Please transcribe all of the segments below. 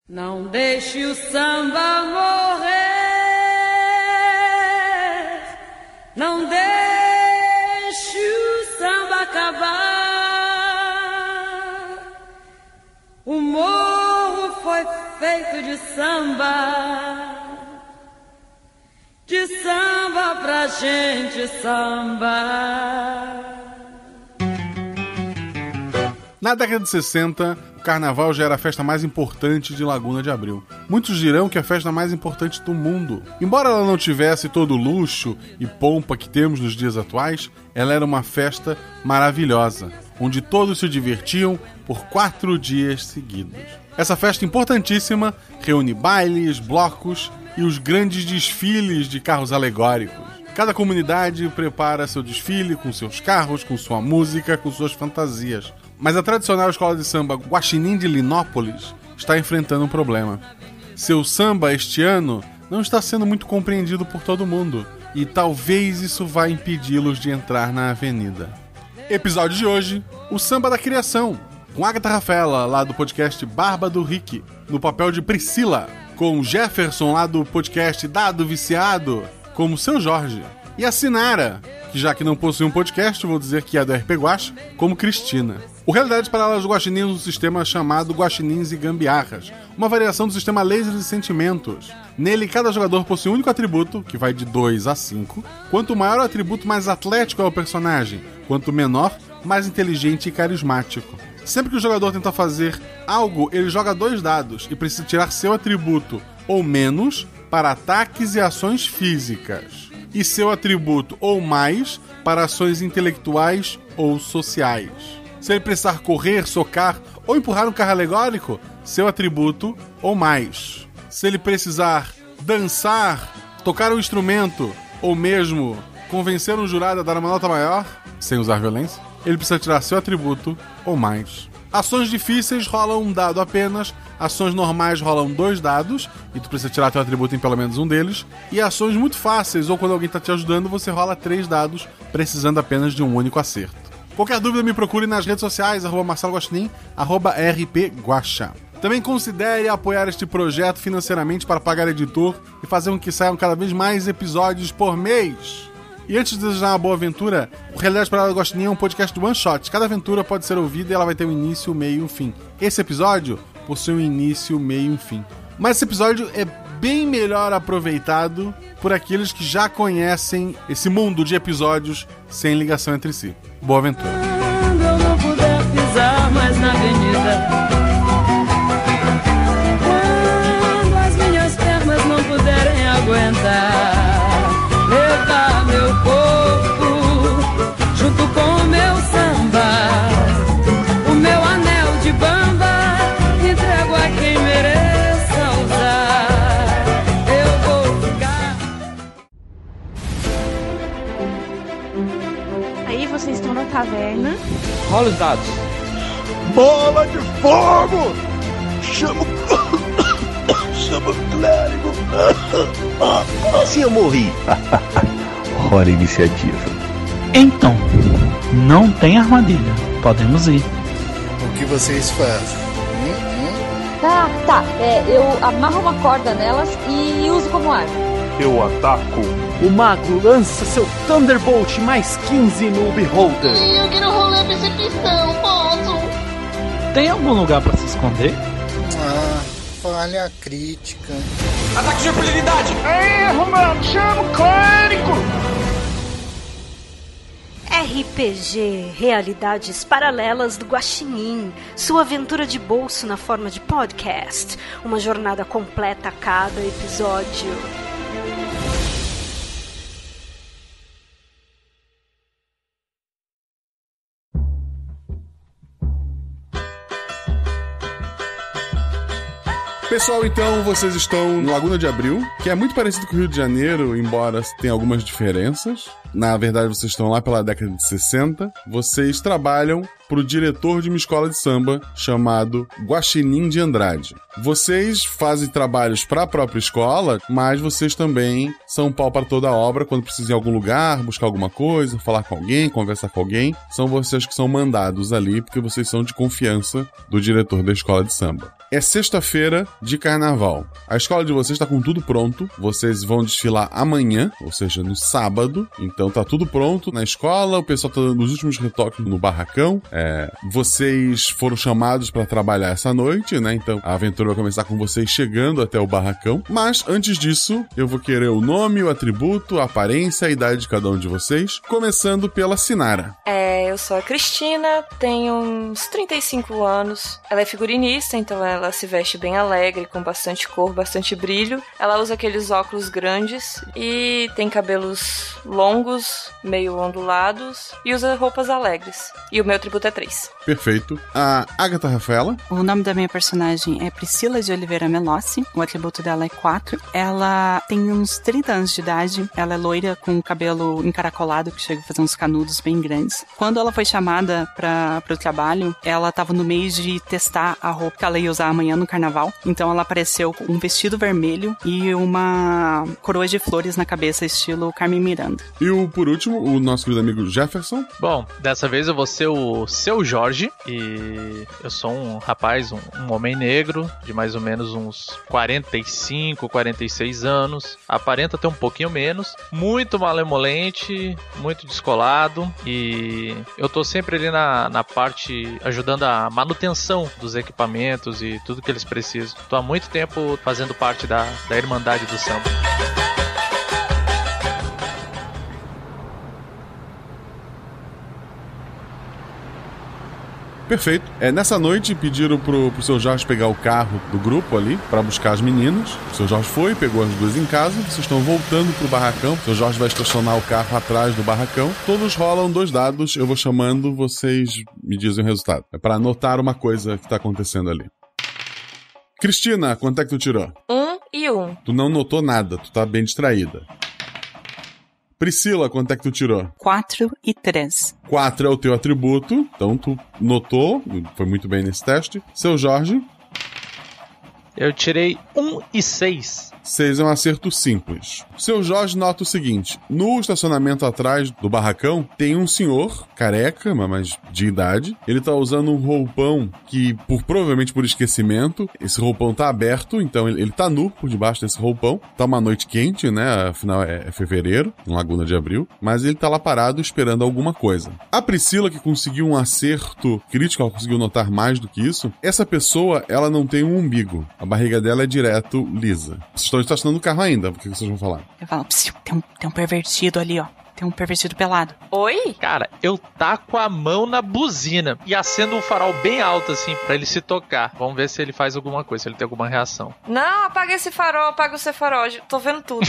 Não deixe o samba morrer, não deixe o samba acabar. O morro foi feito de samba pra gente sambar. Na década de 60, o carnaval já era a festa mais importante de Laguna de Abril. Muitos dirão que é a festa mais importante do mundo. Embora ela não tivesse todo o luxo e pompa que temos nos dias atuais, ela era uma festa maravilhosa, onde todos se divertiam por 4 dias seguidos. Essa festa importantíssima reúne bailes, blocos e os grandes desfiles de carros alegóricos. Cada comunidade prepara seu desfile com seus carros, com sua música, com suas fantasias. Mas a tradicional escola de samba Guaxinim de Linópolis está enfrentando um problema. Seu samba este ano não está sendo muito compreendido por todo mundo, e talvez isso vá impedi-los de entrar na avenida. Episódio de hoje, o Samba da Criação, com Agatha Rafaela, lá do podcast Barba do Rick, no papel de Priscila, com Jefferson, lá do podcast Dado Viciado, como Seu Jorge, e a Sinara, que já que não possui um podcast, vou dizer que é do RP Guaxa, como Cristina. O Realidades Paralelas do Guaxinim é um sistema chamado Guaxinins e Gambiarras, uma variação do sistema Lasers e Sentimentos. Nele, cada jogador possui um único atributo, que vai de 2 a 5. Quanto maior o atributo, mais atlético é o personagem. Quanto menor, mais inteligente e carismático. Sempre que o jogador tenta fazer algo, ele joga 2 dados e precisa tirar seu atributo, ou menos, para ataques e ações físicas, e seu atributo ou mais para ações intelectuais ou sociais. Se ele precisar correr, socar ou empurrar um carro alegórico, seu atributo ou mais. Se ele precisar dançar, tocar um instrumento ou mesmo convencer um jurado a dar uma nota maior, sem usar violência, ele precisa tirar seu atributo ou mais. Ações difíceis rolam um dado apenas, ações normais rolam 2 dados, e tu precisa tirar teu atributo em pelo menos um deles, e ações muito fáceis, ou quando alguém está te ajudando, você rola 3 dados, precisando apenas de um único acerto. Qualquer dúvida me procure nas redes sociais, @MarceloGuaxinim, @RPGuaxa. Também considere apoiar este projeto financeiramente para pagar editor e fazer com que saiam cada vez mais episódios por mês. E antes de desejar uma boa aventura, o Realidades Paralelas do Guaxinim é um podcast do One Shot. Cada aventura pode ser ouvida e ela vai ter um início, meio e um fim. Esse episódio possui um início, meio e um fim. Mas esse episódio é bem melhor aproveitado por aqueles que já conhecem esse mundo de episódios sem ligação entre si. Boa aventura. Quando eu não puder pisar mais na avenida, quando as minhas pernas não puderem aguentar, levar meu corpo junto com o meu samba, o meu anel de bamba, entrego a quem mereça usar. Eu vou ficar. Aí vocês estão na taverna. Rola os dados. Bola de fogo! Chama o clérigo. Se eu morri. Hora iniciativa. Então, não tem armadilha. Podemos ir. O que vocês fazem? Tá. Eu amarro uma corda nelas e uso como arma. Eu ataco. O mago lança seu Thunderbolt mais 15 no Beholder. Eu quero rolar percepção, posso? Tem algum lugar pra se esconder? Falha crítica. Ataque de impunidade! Erro, mano! Chama o clérigo! RPG Realidades Paralelas do Guaxinim. Sua aventura de bolso na forma de podcast. Uma jornada completa a cada episódio. Pessoal, então, vocês estão no Laguna de Abril, que é muito parecido com o Rio de Janeiro, embora tenha algumas diferenças. Na verdade, vocês estão lá pela década de 60. Vocês trabalham para o diretor de uma escola de samba chamado Guaxinim de Andrade. Vocês fazem trabalhos para a própria escola, mas vocês também são pau para toda a obra quando precisam ir em algum lugar, buscar alguma coisa, falar com alguém, conversar com alguém. São vocês que são mandados ali, porque vocês são de confiança do diretor da escola de samba. É sexta-feira de carnaval. A escola de vocês tá com tudo pronto. Vocês vão desfilar amanhã, ou seja, no sábado. Então tá tudo pronto na escola. O pessoal tá dando os últimos retoques no barracão. Vocês foram chamados pra trabalhar essa noite, né? Então a aventura vai começar com vocês chegando até o barracão. Mas antes disso, eu vou querer o nome, o atributo, a aparência, a idade de cada um de vocês. Começando pela Sinara. Eu sou a Cristina, tenho uns 35 anos. Ela é figurinista, então ela se veste bem alegre, com bastante cor, bastante brilho. Ela usa aqueles óculos grandes e tem cabelos longos, meio ondulados, e usa roupas alegres. E o meu atributo é 3. Perfeito. A Agatha Rafaela. O nome da minha personagem é Priscila de Oliveira Melossi. O atributo dela é 4. Ela tem uns 30 anos de idade. Ela é loira, com o cabelo encaracolado, que chega a fazer uns canudos bem grandes. Quando ela foi chamada para o trabalho, ela estava no meio de testar a roupa que ela ia usar amanhã no carnaval. Então ela apareceu com um vestido vermelho e uma coroa de flores na cabeça, estilo Carmen Miranda. E por último, o nosso querido amigo Jefferson. Bom, dessa vez eu vou ser o Seu Jorge e eu sou um rapaz, um homem negro de mais ou menos uns 45, 46 anos. Aparenta ter um pouquinho menos, muito malemolente, muito descolado e eu tô sempre ali na parte ajudando a manutenção dos equipamentos e tudo que eles precisam. Tô há muito tempo fazendo parte da Irmandade do Samba. Perfeito. Nessa noite pediram pro seu Jorge pegar o carro do grupo ali pra buscar as meninas. O seu Jorge foi, pegou as duas em casa. Vocês estão voltando pro barracão. O seu Jorge vai estacionar o carro atrás do barracão. Todos rolam 2 dados. Eu vou chamando, vocês me dizem o resultado. É pra anotar uma coisa que tá acontecendo ali. Cristina, quanto é que tu tirou? 1 e 1. Tu não notou nada, tu tá bem distraída. Priscila, quanto é que tu tirou? 4 e 3. 4 é o teu atributo, então tu notou, foi muito bem nesse teste. Seu Jorge? Eu tirei 1 e 6. 6 é um acerto simples. Seu Jorge nota o seguinte: no estacionamento atrás do barracão tem um senhor, careca, mas de idade. Ele tá usando um roupão que, provavelmente por esquecimento, esse roupão tá aberto, então ele tá nu por debaixo desse roupão. Tá uma noite quente, né? Afinal é fevereiro, em Laguna de Abril. Mas ele tá lá parado esperando alguma coisa. A Priscila, que conseguiu um acerto crítico, ela conseguiu notar mais do que isso. Essa pessoa, ela não tem um umbigo. A barriga dela é direto lisa. Vocês estão estacionando o carro ainda, o que vocês vão falar? Eu falo, tem um pervertido ali, ó. Tem um pervertido pelado. Oi? Cara, eu taco a mão na buzina e acendo um farol bem alto, assim, pra ele se tocar. Vamos ver se ele faz alguma coisa, se ele tem alguma reação. Não, apaga esse farol, apaga o seu farol. Tô vendo tudo.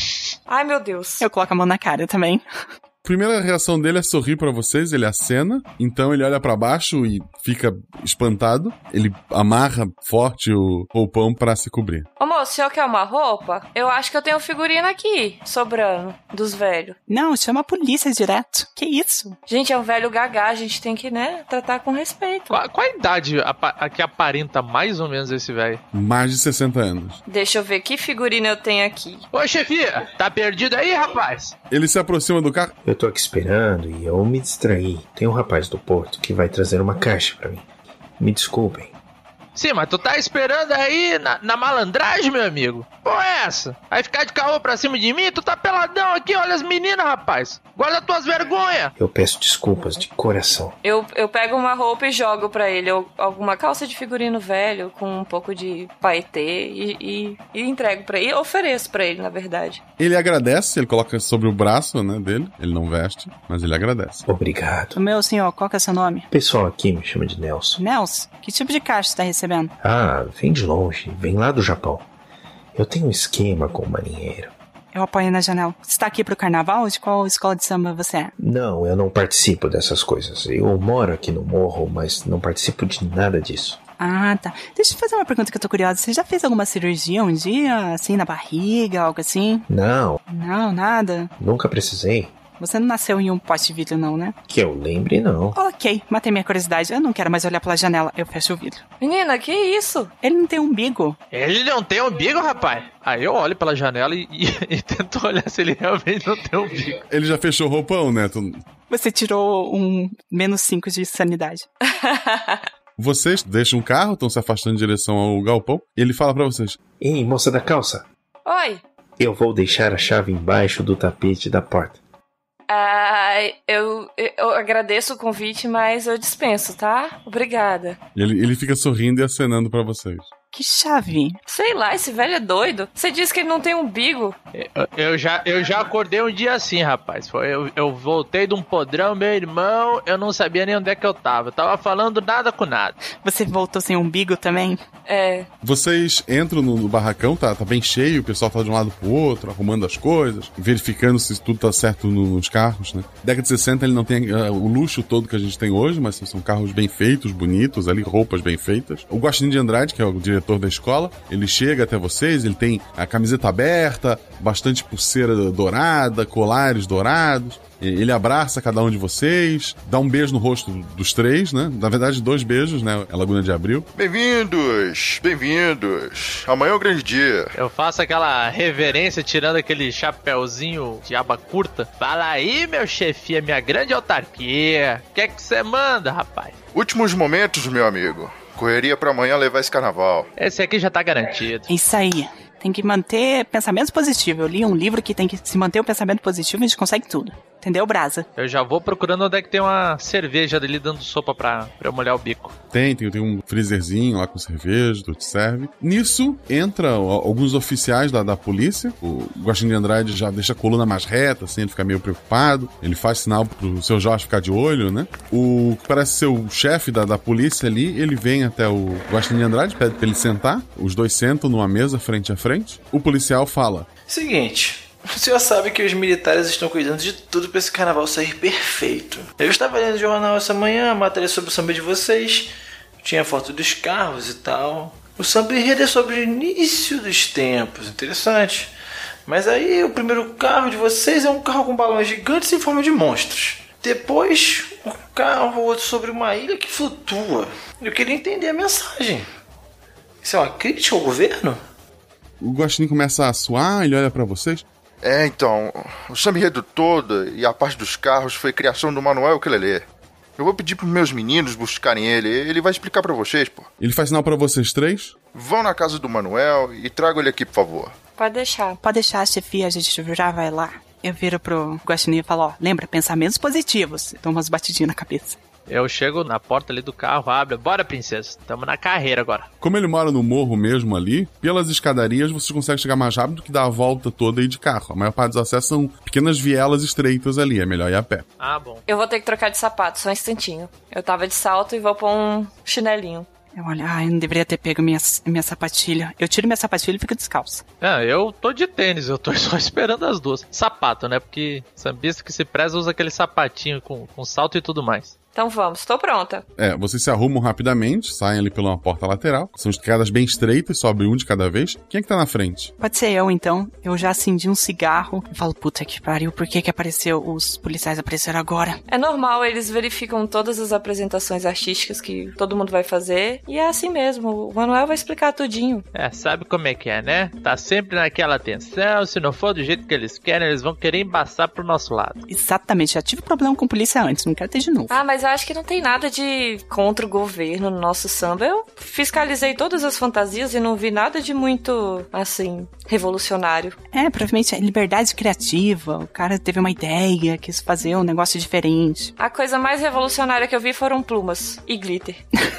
Ai, meu Deus. Eu coloco a mão na cara também. Primeira reação dele é sorrir pra vocês, ele acena, então ele olha pra baixo e fica espantado. Ele amarra forte o roupão pra se cobrir. Ô moço, o senhor quer uma roupa? Eu acho que eu tenho figurino aqui, sobrando, dos velhos. Não, chama a polícia direto. Que isso? Gente, é um velho gagá, a gente tem que, né, tratar com respeito. Qual a idade que aparenta mais ou menos esse velho? Mais de 60 anos. Deixa eu ver que figurino eu tenho aqui. Ô, chefia, tá perdido aí, rapaz? Ele se aproxima do carro. Eu tô aqui esperando e eu me distraí. Tem um rapaz do porto que vai trazer uma caixa pra mim. Me desculpem. Sim, mas tu tá esperando aí na malandragem, meu amigo? Pô, é essa? Vai ficar de caô pra cima de mim? Tu tá peladão aqui, olha as meninas, rapaz. Guarda tuas vergonhas. Eu peço desculpas de coração. Eu pego uma roupa e jogo pra ele. Alguma calça de figurino velho com um pouco de paetê e entrego pra ele. E ofereço pra ele, na verdade. Ele agradece, ele coloca sobre o braço, né, dele. Ele não veste, mas ele agradece. Obrigado. O meu senhor, qual que é seu nome? O pessoal aqui me chama de Nelson. Nelson? Que tipo de caixa você tá recebendo? Ah, vem de longe, vem lá do Japão. Eu tenho um esquema com o marinheiro. Eu apoio na janela. Você tá aqui pro carnaval? De qual escola de samba você é? Não, eu não participo dessas coisas. Eu moro aqui no morro, mas não participo de nada disso. Ah, tá. Deixa eu fazer uma pergunta que eu tô curiosa. Você já fez alguma cirurgia um dia, assim, na barriga, algo assim? Não. Não, nada? Nunca precisei. Você não nasceu em um poste de vidro, não, né? Que eu lembre, não. Ok, matei minha curiosidade. Eu não quero mais olhar pela janela. Eu fecho o vidro. Menina, que isso? Ele não tem umbigo. Ele não tem umbigo, rapaz? Aí eu olho pela janela e tento olhar se ele realmente não tem umbigo. Ele já fechou o roupão, né? Você tirou um -5 de sanidade. Vocês deixam o carro, estão se afastando em direção ao galpão, e ele fala pra vocês: Ei, moça da calça. Oi. Eu vou deixar a chave embaixo do tapete da porta. Eu agradeço o convite, mas eu dispenso, tá? Obrigada. Ele fica sorrindo e acenando pra vocês. Que chave? Sei lá, esse velho é doido. Você disse que ele não tem umbigo. Eu já acordei um dia assim, rapaz. Eu voltei de um podrão, meu irmão, eu não sabia nem onde é que eu tava. Eu tava falando nada com nada. Você voltou sem umbigo também? É. Vocês entram no barracão, tá bem cheio, o pessoal tá de um lado pro outro, arrumando as coisas, verificando se tudo tá certo nos carros, né? Década de 60 ele não tem o luxo todo que a gente tem hoje, mas são carros bem feitos, bonitos, ali, roupas bem feitas. O Guaxinim de Andrade, que é o diretor da escola, ele chega até vocês, ele tem a camiseta aberta, bastante pulseira dourada, colares dourados, ele abraça cada um de vocês, dá um beijo no rosto dos três, né? Na verdade, 2 beijos, né? É Laguna de Abril. Bem-vindos! Bem-vindos! Amanhã é um grande dia. Eu faço aquela reverência tirando aquele chapéuzinho de aba curta. Fala aí, meu chefia, minha grande autarquia. O que é que você manda, rapaz? Últimos momentos, meu amigo. Correria pra amanhã levar esse carnaval. Esse aqui já tá garantido. É isso aí. Tem que manter pensamento positivo. Eu li um livro que tem que se manter o pensamento positivo e a gente consegue tudo. Entendeu, Brasa? Eu já vou procurando onde é que tem uma cerveja dele dando sopa pra eu molhar o bico. Tem um freezerzinho lá com cerveja, tudo serve. Nisso, entra alguns oficiais da polícia. O Guaxinim de Andrade já deixa a coluna mais reta, assim, ele fica meio preocupado. Ele faz sinal pro seu Jorge ficar de olho, né? O que parece ser o chefe da polícia ali, ele vem até o Guaxinim de Andrade, pede pra ele sentar. Os dois sentam numa mesa frente a frente. O policial fala: Seguinte... O senhor sabe que os militares estão cuidando de tudo para esse carnaval sair perfeito. Eu estava lendo o jornal essa manhã, a matéria sobre o samba de vocês. Tinha foto dos carros e tal. O samba enredo é sobre o início dos tempos, interessante. Mas aí o primeiro carro de vocês é um carro com balões gigantes em forma de monstros. Depois, um carro outro sobre uma ilha que flutua. Eu queria entender a mensagem. Isso é uma crítica ao governo? O Guaxinim começa a suar, ele olha pra vocês. Então, o samba enredo todo e a parte dos carros foi criação do Manuel Kelelê. Eu vou pedir pros meus meninos buscarem ele vai explicar pra vocês, pô. Ele faz sinal pra vocês 3. Vão na casa do Manuel e tragam ele aqui, por favor. Pode deixar. Pode deixar, chefia, a gente já vai lá. Eu viro pro Guaxinim e falo, lembra, pensamentos positivos. Dou umas batidinhas na cabeça. Eu chego na porta ali do carro, abre, bora princesa, tamo na carreira agora. Como ele mora no morro mesmo ali, pelas escadarias você consegue chegar mais rápido que dar a volta toda aí de carro. A maior parte dos acessos são pequenas vielas estreitas ali, é melhor ir a pé. Ah, bom. Eu vou ter que trocar de sapato, só um instantinho. Eu tava de salto e vou pôr um chinelinho. Eu olho, eu não deveria ter pego minha sapatilha. Eu tiro minha sapatilha e fico descalço. Eu tô de tênis, eu tô só esperando as duas. Sapato, né? Porque sambista que se preza usa aquele sapatinho com salto e tudo mais. Então vamos, tô pronta. Vocês se arrumam rapidamente, saem ali pela uma porta lateral. São escadas bem estreitas, sobe um de cada vez. Quem é que tá na frente? Pode ser eu, então. Eu já acendi um cigarro. Eu falo, puta que pariu, por que os policiais apareceram agora? É normal, eles verificam todas as apresentações artísticas que todo mundo vai fazer. E é assim mesmo, o Manuel vai explicar tudinho. Sabe como é que é, né? Tá sempre naquela tensão, se não for do jeito que eles querem, eles vão querer embaçar pro nosso lado. Exatamente, já tive problema com polícia antes, não quero ter de novo. Mas eu acho que não tem nada de contra o governo no nosso samba. Eu fiscalizei todas as fantasias e não vi nada de muito, assim, revolucionário. Provavelmente é liberdade criativa, o cara teve uma ideia, quis fazer um negócio diferente. A coisa mais revolucionária que eu vi foram plumas e glitter.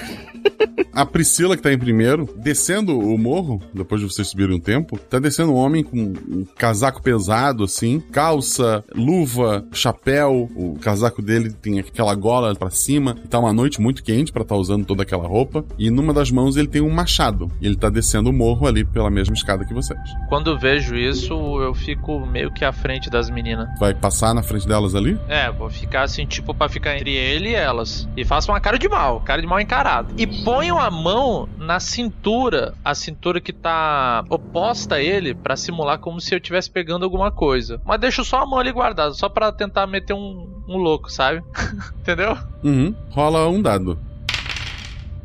A Priscila, que tá em primeiro, descendo o morro, depois de vocês subirem um tempo, tá descendo um homem com um casaco pesado, assim, calça, luva, chapéu, o casaco dele tem aquela gola pra cima, e tá uma noite muito quente pra tá usando toda aquela roupa, e numa das mãos ele tem um machado, e ele tá descendo o morro ali pela mesma escada que vocês. Quando eu vejo isso, eu fico meio que à frente das meninas. Vai passar na frente delas ali? Vou ficar assim, tipo, pra ficar entre ele e elas. E faço uma cara de mal encarado. E ponho a mão na cintura, a cintura que tá oposta a ele, pra simular como se eu estivesse pegando alguma coisa. Mas deixo só a mão ali guardada, só pra tentar meter um louco, sabe? Entendeu? Rola um dado.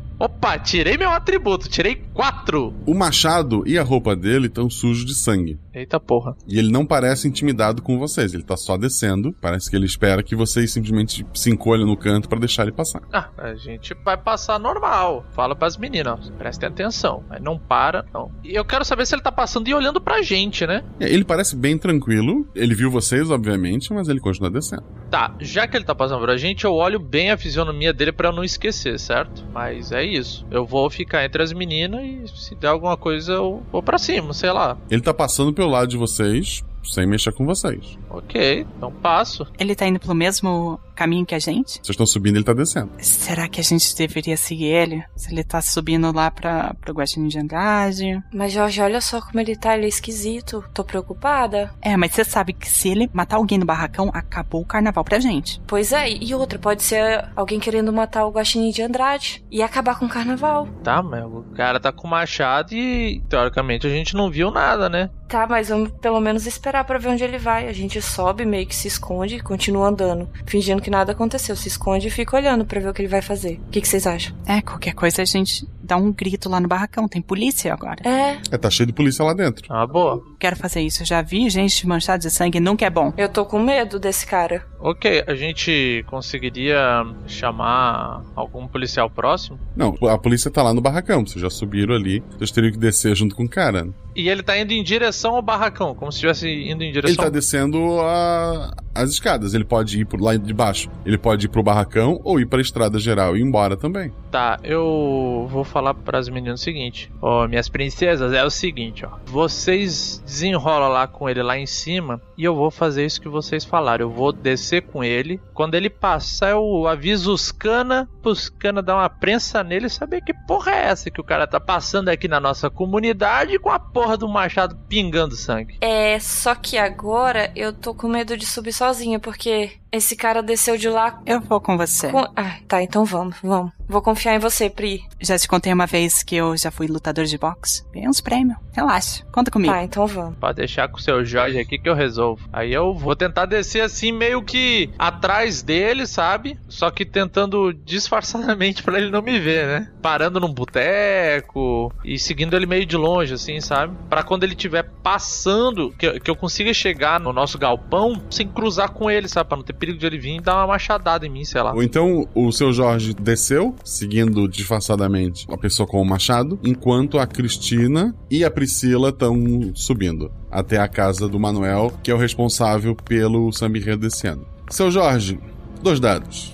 Opa, tirei meu atributo, tirei 4. O machado e a roupa dele estão sujos de sangue. Eita porra. E ele não parece intimidado com vocês, ele tá só descendo. Parece que ele espera que vocês simplesmente se encolham no canto pra deixar ele passar. A gente vai passar normal. Fala pras meninas, prestem atenção. Mas não para, não. E eu quero saber se ele tá passando e olhando pra gente, né? Ele parece bem tranquilo. Ele viu vocês, obviamente, mas ele continua descendo. Tá, já que ele tá passando pra gente, eu olho bem a fisionomia dele pra eu não esquecer, certo? Mas é isso. Eu vou ficar entre as meninas e se der alguma coisa eu vou pra cima, sei lá. Ele tá passando pelo lado de vocês, sem mexer com vocês. Ok, então passo. Ele tá indo pelo mesmo caminho que a gente? Vocês estão subindo, ele tá descendo. Será que a gente deveria seguir ele? Se ele tá subindo lá pro Guaxinim de Andrade? Mas, Jorge, olha só como ele tá, ele é esquisito. Tô preocupada. Mas você sabe que se ele matar alguém no barracão, acabou o carnaval pra gente. Pois é, e outra, pode ser alguém querendo matar o Guaxinim de Andrade e acabar com o carnaval. Tá, mas o cara tá com machado e, teoricamente, a gente não viu nada, né? Tá, mas vamos pelo menos esperar pra ver onde ele vai. A gente sobe, meio que se esconde e continua andando, fingindo que nada aconteceu. Se esconde e fica olhando pra ver o que ele vai fazer. O que vocês acham? Qualquer coisa a gente dá um grito lá no barracão. Tem polícia agora. Tá cheio de polícia lá dentro. Boa. Quero fazer isso. Eu já vi gente manchada de sangue, nunca é bom. Eu tô com medo desse cara. Ok, a gente conseguiria chamar algum policial próximo? Não, a polícia tá lá no barracão. Vocês já subiram ali. Vocês teriam que descer junto com o cara. E ele tá indo em direção ao barracão, como se estivesse indo em direção... Ele tá descendo as escadas. Ele pode ir por lá de baixo. Ele pode ir pro barracão ou ir pra estrada geral e ir embora também. Tá, eu vou falar pras meninas o seguinte. Minhas princesas, é o seguinte, vocês desenrolam lá com ele lá em cima e eu vou fazer isso que vocês falaram. Eu vou descer com ele. Quando ele passar, eu aviso os cana, pros cana dar uma prensa nele e saber que porra é essa que o cara tá passando aqui na nossa comunidade com a porra do machado pingando sangue. Só que agora eu tô com medo de subir sozinha, porque esse cara desceu de lá... Eu vou com você. Tá, então vamos. Vou confiar em você, Pri. Já te contei uma vez que eu já fui lutador de boxe. Ganhei uns prêmios. Relaxa, conta comigo. Tá, então vamos. Pode deixar com o seu Jorge aqui que eu resolvo. Aí eu vou tentar descer assim, meio que atrás dele, sabe? Só que tentando disfarçadamente pra ele não me ver, né? Parando num boteco e seguindo ele meio de longe, assim, sabe? Pra quando ele estiver passando, que eu consiga chegar no nosso galpão sem cruzar com ele, sabe? Pra não ter perigo de ele vir e dar uma machadada em mim, sei lá. Ou então o seu Jorge desceu, seguindo disfarçadamente a pessoa com o machado, enquanto a Cristina e a Priscila estão subindo até a casa do Manuel, que é o responsável pelo samba enredo desse ano. Seu Jorge, 2 dados.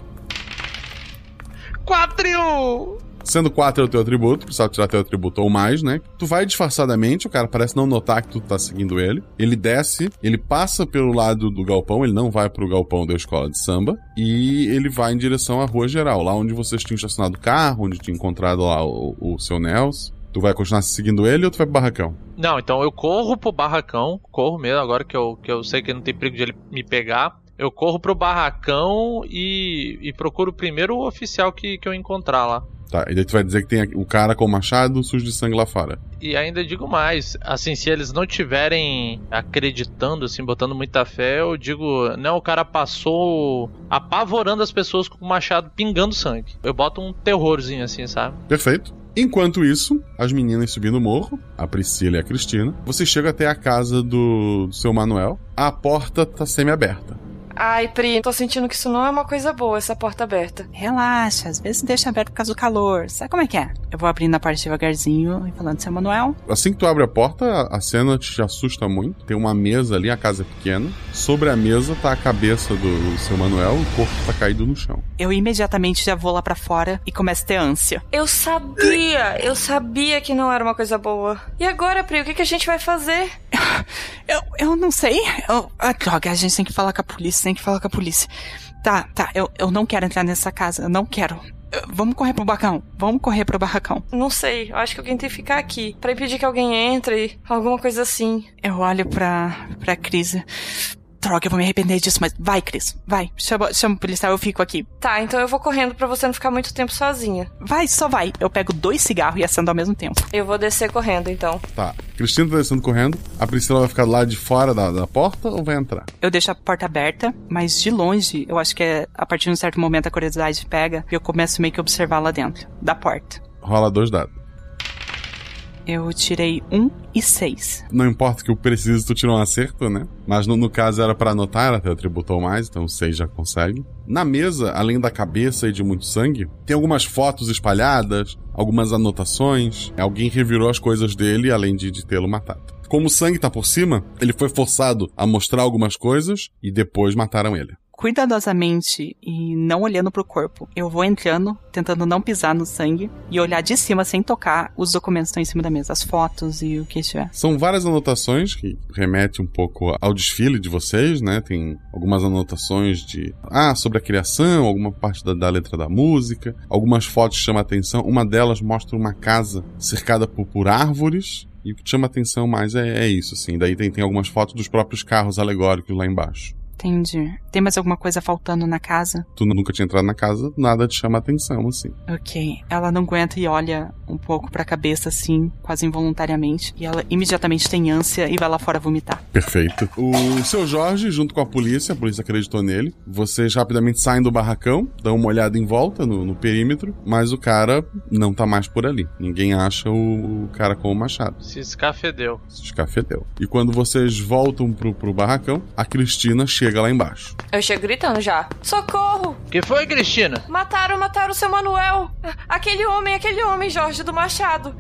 4! Sendo 4 é o teu atributo, precisava tirar teu atributo ou mais, né? Tu vai disfarçadamente, o cara parece não notar que tu tá seguindo ele. Ele desce, ele passa pelo lado do galpão, ele não vai pro galpão da escola de samba. E ele vai em direção à rua geral, lá onde vocês tinham estacionado o carro, onde tinha encontrado lá o seu Nelson. Tu vai continuar seguindo ele ou tu vai pro barracão? Não, então eu corro pro barracão, corro mesmo, agora que eu sei que não tem perigo de ele me pegar. Eu corro pro barracão e procuro primeiro o oficial que eu encontrar lá. Tá, e daí tu vai dizer que tem o cara com o machado sujo de sangue lá fora. E ainda digo mais, assim, se eles não tiverem acreditando, assim, botando muita fé, eu digo, não, o cara passou apavorando as pessoas com o machado pingando sangue. Eu boto um terrorzinho assim, sabe? Perfeito. Enquanto isso, as meninas subindo o morro, a Priscila e a Cristina, vocês chegam até a casa do seu Manuel. A porta tá semi-aberta. Ai, Pri, tô sentindo que isso não é uma coisa boa, essa porta aberta. Relaxa, às vezes deixa aberto por causa do calor. Sabe como é que é? Eu vou abrindo a parte devagarzinho e falando, seu Manuel. Assim que tu abre a porta, a cena te assusta muito. Tem uma mesa ali, a casa é pequena. Sobre a mesa tá a cabeça do seu Manuel, o corpo tá caído no chão. Eu imediatamente já vou lá pra fora e começo a ter ânsia. Eu sabia que não era uma coisa boa. E agora, Pri, o que a gente vai fazer? Eu não sei. Droga, a gente tem que falar com a polícia. Tá, eu não quero entrar nessa casa, eu não quero. Vamos correr pro barracão. Não sei, eu acho que alguém tem que ficar aqui pra impedir que alguém entre, alguma coisa assim. Eu olho pra Cris. Droga, eu vou me arrepender disso, mas vai, Cris, vai. Chama o policial, eu fico aqui. Tá, então eu vou correndo pra você não ficar muito tempo sozinha. Vai, só vai. Eu pego 2 cigarros e acendo ao mesmo tempo. Eu vou descer correndo, então. Tá, Cristina tá descendo correndo. A Priscila vai ficar lá de fora da porta ou vai entrar? Eu deixo a porta aberta, mas de longe, eu acho que a partir de um certo momento a curiosidade pega e eu começo meio que a observar lá dentro da porta. Rola 2 dados. Eu tirei 1 e 6. Não importa que o preciso, tu tirou um acerto, né? Mas no caso era pra anotar, ela até atributou mais, então 6 já consegue. Na mesa, além da cabeça e de muito sangue, tem algumas fotos espalhadas, algumas anotações. Alguém revirou as coisas dele, além de tê-lo matado. Como o sangue tá por cima, ele foi forçado a mostrar algumas coisas e depois mataram ele. Cuidadosamente e não olhando pro corpo, eu vou entrando, tentando não pisar no sangue e olhar de cima sem tocar os documentos que estão em cima da mesa, as fotos e o que estiver. São várias anotações que remetem um pouco ao desfile de vocês, né? Tem algumas anotações sobre a criação, alguma parte da letra da música, algumas fotos chamam a atenção. Uma delas mostra uma casa cercada por árvores. E o que chama atenção mais é isso, assim. Daí tem algumas fotos dos próprios carros alegóricos lá embaixo. Entendi. Tem mais alguma coisa faltando na casa? Tu nunca tinha entrado na casa, nada te chama atenção, assim. Ok. Ela não aguenta e olha um pouco pra cabeça, assim, quase involuntariamente. E ela imediatamente tem ânsia e vai lá fora vomitar. Perfeito. O seu Jorge, junto com a polícia acreditou nele. Vocês rapidamente saem do barracão, dão uma olhada em volta no perímetro, mas o cara não tá mais por ali. Ninguém acha o cara com o machado. Se escafedeu. E quando vocês voltam pro barracão, a Cristina chega lá embaixo. Eu chego gritando já. Socorro! Que foi, Cristina? Mataram o seu Manuel. Aquele homem, Jorge, do machado.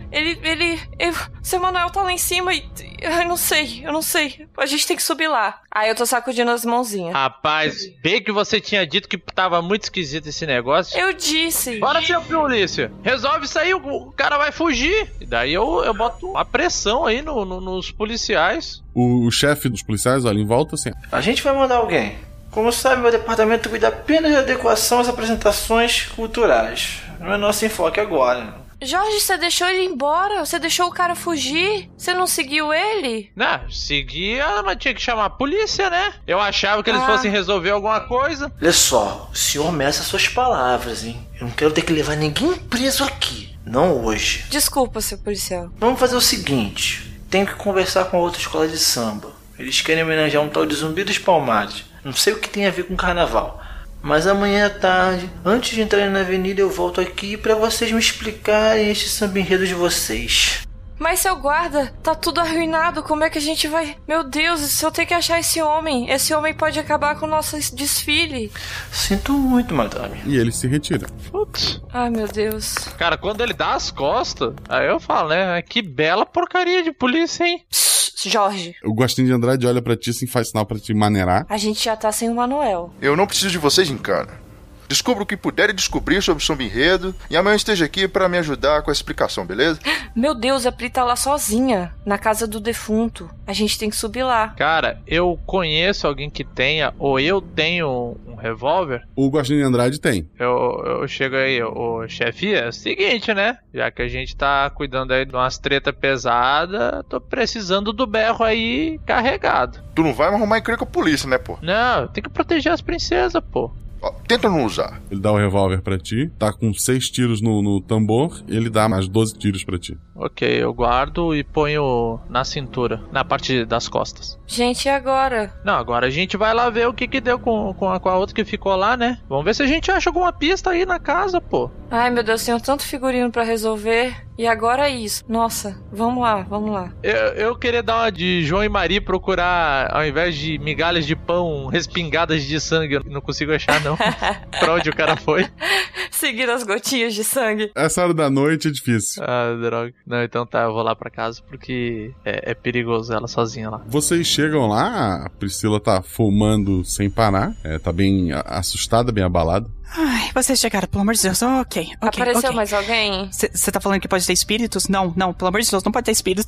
Seu Manuel tá lá em cima e... Eu não sei. A gente tem que subir lá. Aí eu tô sacudindo as mãozinhas. Rapaz, bem que você tinha dito que tava muito esquisito esse negócio. Eu disse. Bora, seu polícia. Resolve isso aí, o cara vai fugir. E daí eu boto a pressão aí nos policiais. O chefe dos policiais olha em volta assim. A gente vai mandar alguém. Como sabe, meu departamento cuida apenas de adequação às apresentações culturais. Não é nosso enfoque agora. Jorge, você deixou ele embora? Você deixou o cara fugir? Você não seguiu ele? Não, seguia, mas tinha que chamar a polícia, né? Eu achava que eles fossem resolver alguma coisa. Olha só, o senhor meça suas palavras, hein? Eu não quero ter que levar ninguém preso aqui. Não hoje. Desculpa, seu policial. Vamos fazer o seguinte. Tenho que conversar com a outra escola de samba. Eles querem homenagear um tal de Zumbi dos Palmares. Não sei o que tem a ver com carnaval. Mas amanhã à tarde, antes de entrar na avenida, eu volto aqui pra vocês me explicarem este samba enredo de vocês. Mas, seu guarda, tá tudo arruinado. Como é que a gente vai... Meu Deus, se eu tenho que achar esse homem pode acabar com o nosso desfile. Sinto muito, madame. E ele se retira. Putz. Ai, meu Deus. Cara, quando ele dá as costas, aí eu falo, né? Que bela porcaria de polícia, hein? Jorge. O Gostinho de Andrade olha pra ti assim, faz sinal pra te maneirar. A gente já tá sem o Manuel. Eu não preciso de vocês em cana. Descubra o que puderem descobrir sobre o samba enredo e amanhã esteja aqui pra me ajudar com a explicação, beleza? Meu Deus, a Pri tá lá sozinha, na casa do defunto. A gente tem que subir lá. Cara, eu conheço alguém que tenha, ou eu tenho um revólver. O Gostinho de Andrade tem. Eu chego aí, o chefe, é o seguinte, né? Já que a gente tá cuidando aí de umas treta pesada, tô precisando do berro aí carregado. Tu não vai me arrumar encrenca com a polícia, né, pô? Não, tem que proteger as princesas, pô. Tenta não usar. Ele dá o revólver pra ti, tá com 6 tiros no tambor, ele dá mais 12 tiros pra ti. Ok, eu guardo e ponho na cintura, na parte das costas. Gente, e agora? Não, agora a gente vai lá ver o que deu com a outra que ficou lá, né? Vamos ver se a gente acha alguma pista aí na casa, pô. Ai, meu Deus, tenho tanto figurino pra resolver. E agora é isso. Nossa, vamos lá. Eu queria dar uma de João e Maria, procurar, ao invés de migalhas de pão, respingadas de sangue. Eu não consigo achar, não. Pra onde o cara foi? Seguir as gotinhas de sangue. Essa hora da noite é difícil. Ah, droga. Não, então tá, eu vou lá pra casa porque é perigoso ela sozinha lá. Vocês chegam lá, a Priscila tá fumando sem parar. Tá bem assustada, bem abalada. Ai, vocês chegaram, pelo amor de Deus. Ok. Apareceu mais alguém? Você tá falando que pode ter espíritos? Não, pelo amor de Deus, não pode ter espíritos.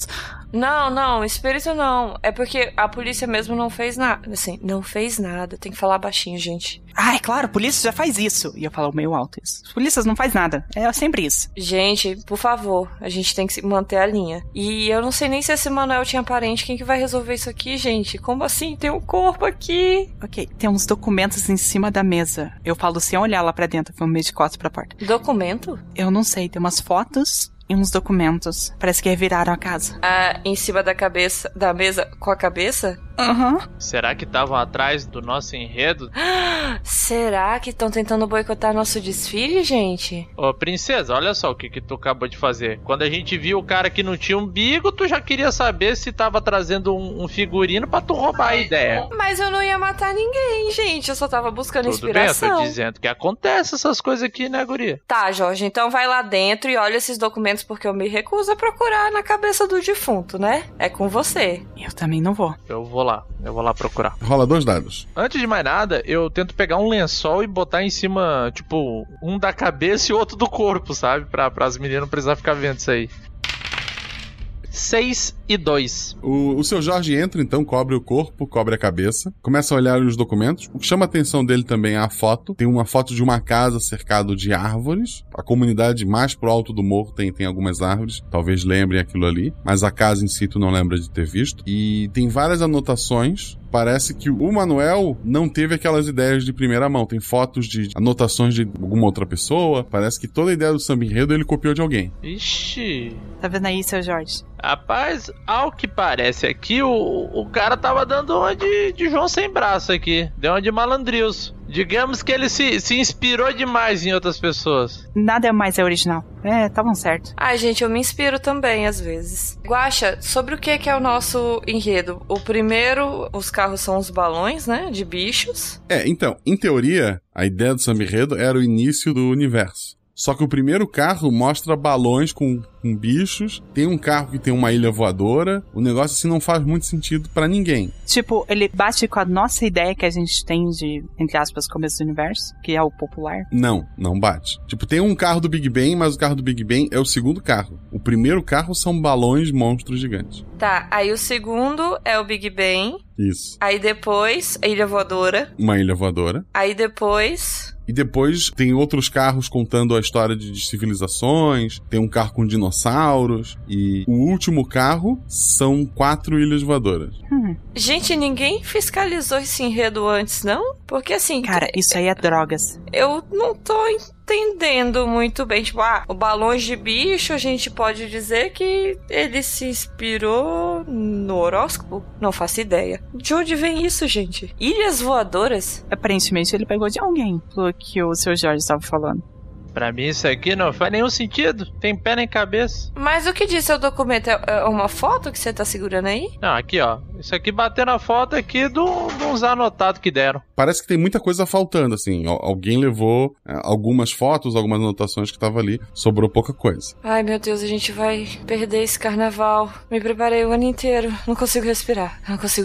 Não, espírito não. É porque a polícia mesmo não fez nada. Assim, não fez nada. Tem que falar baixinho, gente. Ai, claro, a polícia já faz isso. E eu falo meio alto isso. As polícias não faz nada. É sempre isso. Gente, por favor, a gente tem que manter a linha. E eu não sei nem se esse Manuel tinha parente. Quem que vai resolver isso aqui, gente? Como assim? Tem um corpo aqui. Ok, tem uns documentos em cima da mesa. Eu falo sem olhar lá pra dentro, foi um meio de costas pra porta. Documento? Eu não sei, tem umas fotos e uns documentos. Parece que reviraram a casa. Em cima da cabeça, da mesa com a cabeça? Aham. Será que estavam atrás do nosso enredo? Será que estão tentando boicotar nosso desfile, gente? Ô, princesa, olha só o que tu acabou de fazer. Quando a gente viu o cara que não tinha umbigo, tu já queria saber se tava trazendo um figurino pra tu roubar a ideia. Mas eu não ia matar ninguém, gente. Eu só tava buscando Tudo inspiração. bem, eu tô dizendo que acontece essas coisas aqui, né, guria? Tá, Jorge, então vai lá dentro e olha esses documentos, porque eu me recuso a procurar na cabeça do defunto, né? É com você. Eu também não vou. Eu vou lá procurar. Rola 2 dados. Antes de mais nada, eu tento pegar um lençol e botar em cima, tipo, um da cabeça e outro do corpo, sabe? Pra as meninas não precisar ficar vendo isso aí. 6 e 2. O seu Jorge entra, então, cobre o corpo, cobre a cabeça, começa a olhar os documentos. O que chama a atenção dele também é a foto. Tem uma foto de uma casa cercada de árvores. A comunidade mais pro alto do morro tem algumas árvores. Talvez lembrem aquilo ali. Mas a casa em si tu não lembra de ter visto. E tem várias anotações. Parece que o Manuel não teve aquelas ideias de primeira mão. Tem fotos de anotações de alguma outra pessoa. Parece que toda a ideia do samba enredo ele copiou de alguém. Ixi. Tá vendo aí, seu Jorge? Rapaz, ao que parece aqui, o cara tava dando uma de João sem braço aqui. Deu uma de malandrios. Digamos que ele se inspirou demais em outras pessoas. Nada mais é original. Estavam certo. Ai, gente, eu me inspiro também, às vezes. Guaxa, sobre o que é o nosso enredo? O primeiro, os carros são os balões, né? De bichos. Então, em teoria, a ideia do samba enredo era o início do universo. Só que o primeiro carro mostra balões com bichos, tem um carro que tem uma ilha voadora, o negócio assim não faz muito sentido pra ninguém. Tipo, ele bate com a nossa ideia que a gente tem de, entre aspas, começo do universo, que é o popular? Não bate. Tipo, tem um carro do Big Bang, mas o carro do Big Bang é o segundo carro. O primeiro carro são balões monstros gigantes. Tá, aí o segundo é o Big Bang. Isso. Aí depois, a ilha voadora. Uma ilha voadora. Aí depois... E depois tem outros carros contando a história de civilizações, tem um carro com dinossauros, e o último carro são 4 ilhas voadoras. Gente, ninguém fiscalizou esse enredo antes, não? Porque assim... Cara, isso aí é drogas. Eu não tô entendendo muito bem. Tipo, o balões de bicho, a gente pode dizer que ele se inspirou no horóscopo? Não faço ideia. De onde vem isso, gente? Ilhas voadoras? Aparentemente ele pegou de alguém, pelo que o seu Jorge estava falando. Pra mim isso aqui não faz nenhum sentido. Tem pé nem cabeça. Mas o que diz seu documento? É uma foto que você tá segurando aí? Não, aqui ó. Isso aqui batendo a foto aqui de uns anotados que deram. Parece que tem muita coisa faltando, assim. Alguém levou algumas fotos, algumas anotações que estavam ali. Sobrou pouca coisa. Ai, meu Deus, a gente vai perder esse carnaval. Me preparei o ano inteiro. Não consigo respirar.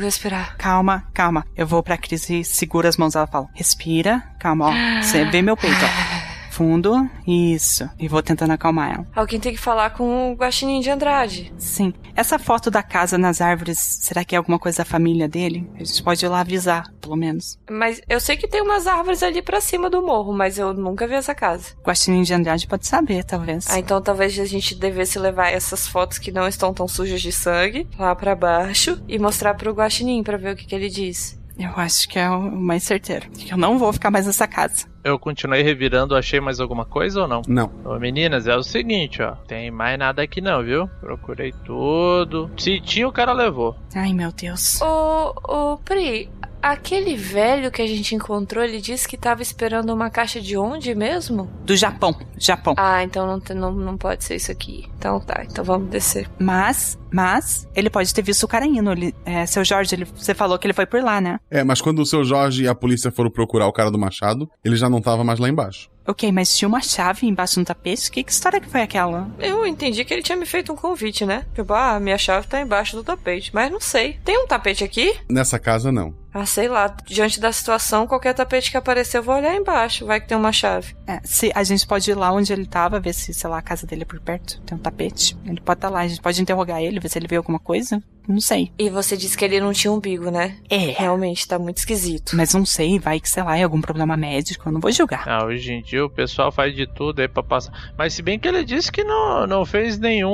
Calma. Eu vou pra Cris e segura as mãos. Ela fala, respira. Calma, ó. Você vê meu peito, ó. Fundo, isso. E vou tentando acalmar ela. Alguém tem que falar com o Guaxinim de Andrade. Sim. Essa foto da casa nas árvores, será que é alguma coisa da família dele? A gente pode ir lá avisar, pelo menos. Mas eu sei que tem umas árvores ali pra cima do morro, mas eu nunca vi essa casa. Guaxinim de Andrade pode saber, talvez. Então talvez a gente devesse levar essas fotos que não estão tão sujas de sangue lá pra baixo e mostrar pro Guaxinim pra ver o que ele diz. Eu acho que é o mais certeiro. Que eu não vou ficar mais nessa casa. Eu continuei revirando, achei mais alguma coisa ou não? Não. Ô, meninas, é o seguinte, ó. Tem mais nada aqui não, viu? Procurei tudo. Se tinha, o cara levou. Ai, meu Deus. Ô, Pri, aquele velho que a gente encontrou, ele disse que tava esperando uma caixa de onde mesmo? Do Japão. Ah, então não pode ser isso aqui. Então tá, então vamos descer. Mas ele pode ter visto o cara indo. Seu Jorge, você falou que ele foi por lá, né? Mas quando o seu Jorge e a polícia foram procurar o cara do machado, ele já não tava mais lá embaixo. Ok, mas tinha uma chave embaixo do tapete? Que história que foi aquela? Eu entendi que ele tinha me feito um convite, né? Tipo, minha chave tá embaixo do tapete. Mas não sei. Tem um tapete aqui? Nessa casa, não. Sei lá. Diante da situação, qualquer tapete que aparecer, eu vou olhar embaixo. Vai que tem uma chave. Se a gente pode ir lá onde ele tava, ver se, sei lá, a casa dele é por perto. Tem um tapete. Ele pode estar lá. A gente pode interrogar ele, ver se ele viu alguma coisa. Não sei. E você disse que ele não tinha umbigo, né? Realmente, tá muito esquisito. Mas não sei, vai que, sei lá, é algum problema médico. Eu não vou julgar. Hoje em dia o pessoal faz de tudo aí pra passar. Mas se bem que ele disse que não fez nenhum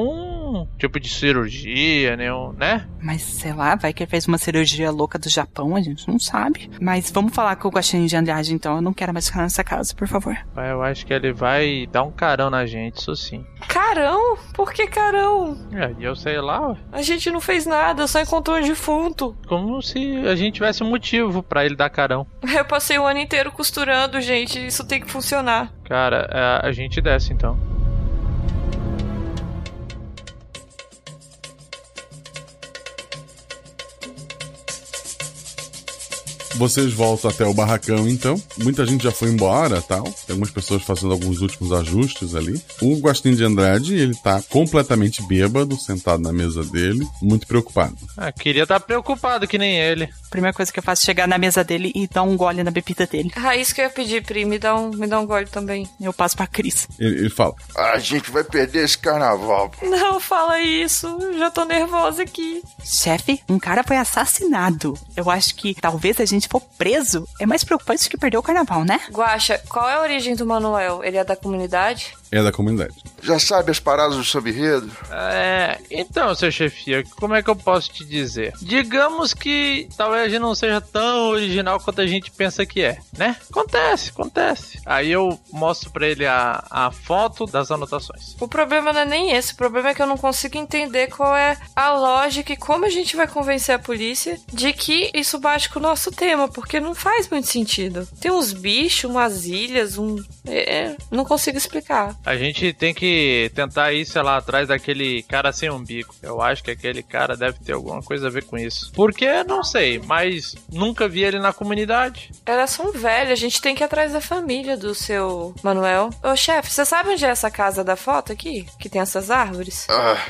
nenhum tipo de cirurgia, nenhum, né? Mas, sei lá, vai que ele fez uma cirurgia louca do Japão, a gente não sabe. Mas vamos falar com o Guaxinim de Andrade, então. Eu não quero mais ficar nessa casa, por favor. Eu acho que ele vai dar um carão na gente, isso sim. Carão? Por que carão? Eu sei lá, ué. A gente não fez nada, só encontrou um defunto. Como se a gente tivesse um motivo pra ele dar carão. Eu passei o ano inteiro costurando, gente. Isso tem que funcionar. Cara, a gente desce então. Vocês voltam até o barracão, então. Muita gente já foi embora, tal. Tem algumas pessoas fazendo alguns últimos ajustes ali. O Guaxinim de Andrade, ele tá completamente bêbado, sentado na mesa dele, muito preocupado. Queria estar preocupado que nem ele. A primeira coisa que eu faço é chegar na mesa dele e dar um gole na bebida dele. Isso que eu ia pedir, Pri. Me dá um gole também. Eu passo pra Cris. Ele fala: a gente vai perder esse carnaval. Não fala isso. Já tô nervosa aqui. Chefe, um cara foi assassinado. Eu acho que talvez a gente for preso é mais preocupante do que perder o carnaval, né? Guaxa, qual é a origem do Manuel? Ele é da comunidade? É da comunidade. Já sabe as paradas do samba-enredo? Então, seu chefia, como é que eu posso te dizer? Digamos que talvez a gente não seja tão original quanto a gente pensa que é, né? Acontece. Aí eu mostro pra ele a foto das anotações. O problema não é nem esse, o problema é que eu não consigo entender qual é a lógica e como a gente vai convencer a polícia de que isso bate com o nosso tema, porque não faz muito sentido. Tem uns bichos, umas ilhas, não consigo explicar. A gente tem que tentar ir, sei lá, atrás daquele cara sem umbigo. Eu acho que aquele cara deve ter alguma coisa a ver com isso. Por quê? Não sei, mas nunca vi ele na comunidade. Elas são velhas, a gente tem que ir atrás da família do seu Manuel. Ô, chefe, você sabe onde é essa casa da foto aqui? Que tem essas árvores?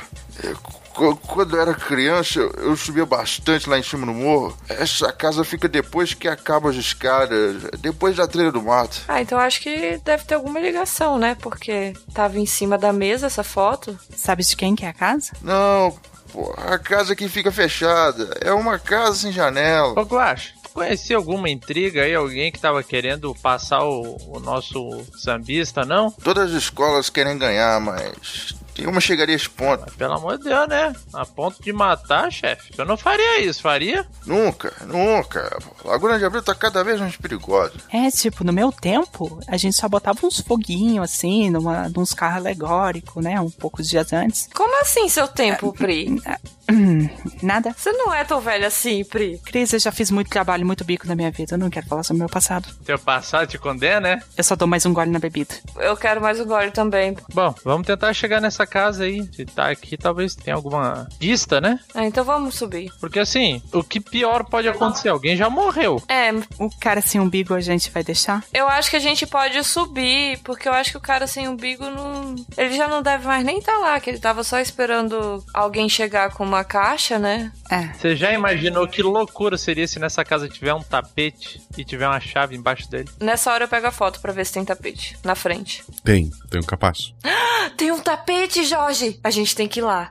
Quando eu era criança, eu subia bastante lá em cima no morro. Essa casa fica depois que acaba as escadas, depois da trilha do mato. Então acho que deve ter alguma ligação, né? Porque tava em cima da mesa essa foto. Sabe de quem que é a casa? Não, pô, a casa que fica fechada. É uma casa sem janela. Ô, Guaxa, conhecia alguma intriga aí? Alguém que tava querendo passar o nosso sambista, não? Todas as escolas querem ganhar, mas uma chegaria a esse ponto. Mas, pelo amor de Deus, né? A ponto de matar, chefe. Eu não faria isso, faria? Nunca. Laguna de Abril tá cada vez mais perigosa. No meu tempo, a gente só botava uns foguinhos, assim, nos carros alegóricos, né? Um poucos dias antes. Como assim, seu tempo, Pri? Nada. Você não é tão velha assim, Pri. Cris, eu já fiz muito trabalho, muito bico na minha vida. Eu não quero falar sobre o meu passado. Teu passado te condena, né? Eu só dou mais um gole na bebida. Eu quero mais um gole também. Bom, vamos tentar chegar nessa casa aí. Se tá aqui, talvez tenha alguma pista, né? Então vamos subir. Porque assim, o que pior pode acontecer? Alguém já morreu. O cara sem umbigo a gente vai deixar? Eu acho que a gente pode subir, porque eu acho que o cara sem umbigo não... Ele já não deve mais nem estar lá, que ele tava só esperando alguém chegar com uma caixa, né? Você já imaginou que loucura seria se nessa casa tiver um tapete e tiver uma chave embaixo dele? Nessa hora eu pego a foto pra ver se tem tapete na frente. Tem um capacho. Tem um tapete, Jorge! A gente tem que ir lá.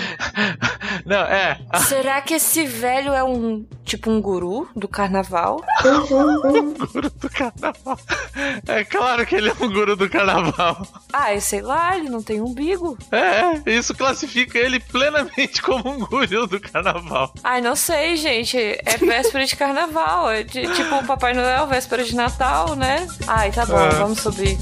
Não, Será que esse velho é um guru do carnaval? Um guru do carnaval. É claro que ele é um guru do carnaval. Eu sei lá, ele não tem umbigo. Isso classifica ele plenamente como um guru do carnaval. Não sei, gente. É véspera de carnaval. É tipo o Papai Noel, véspera de Natal, né? Tá bom, vamos subir.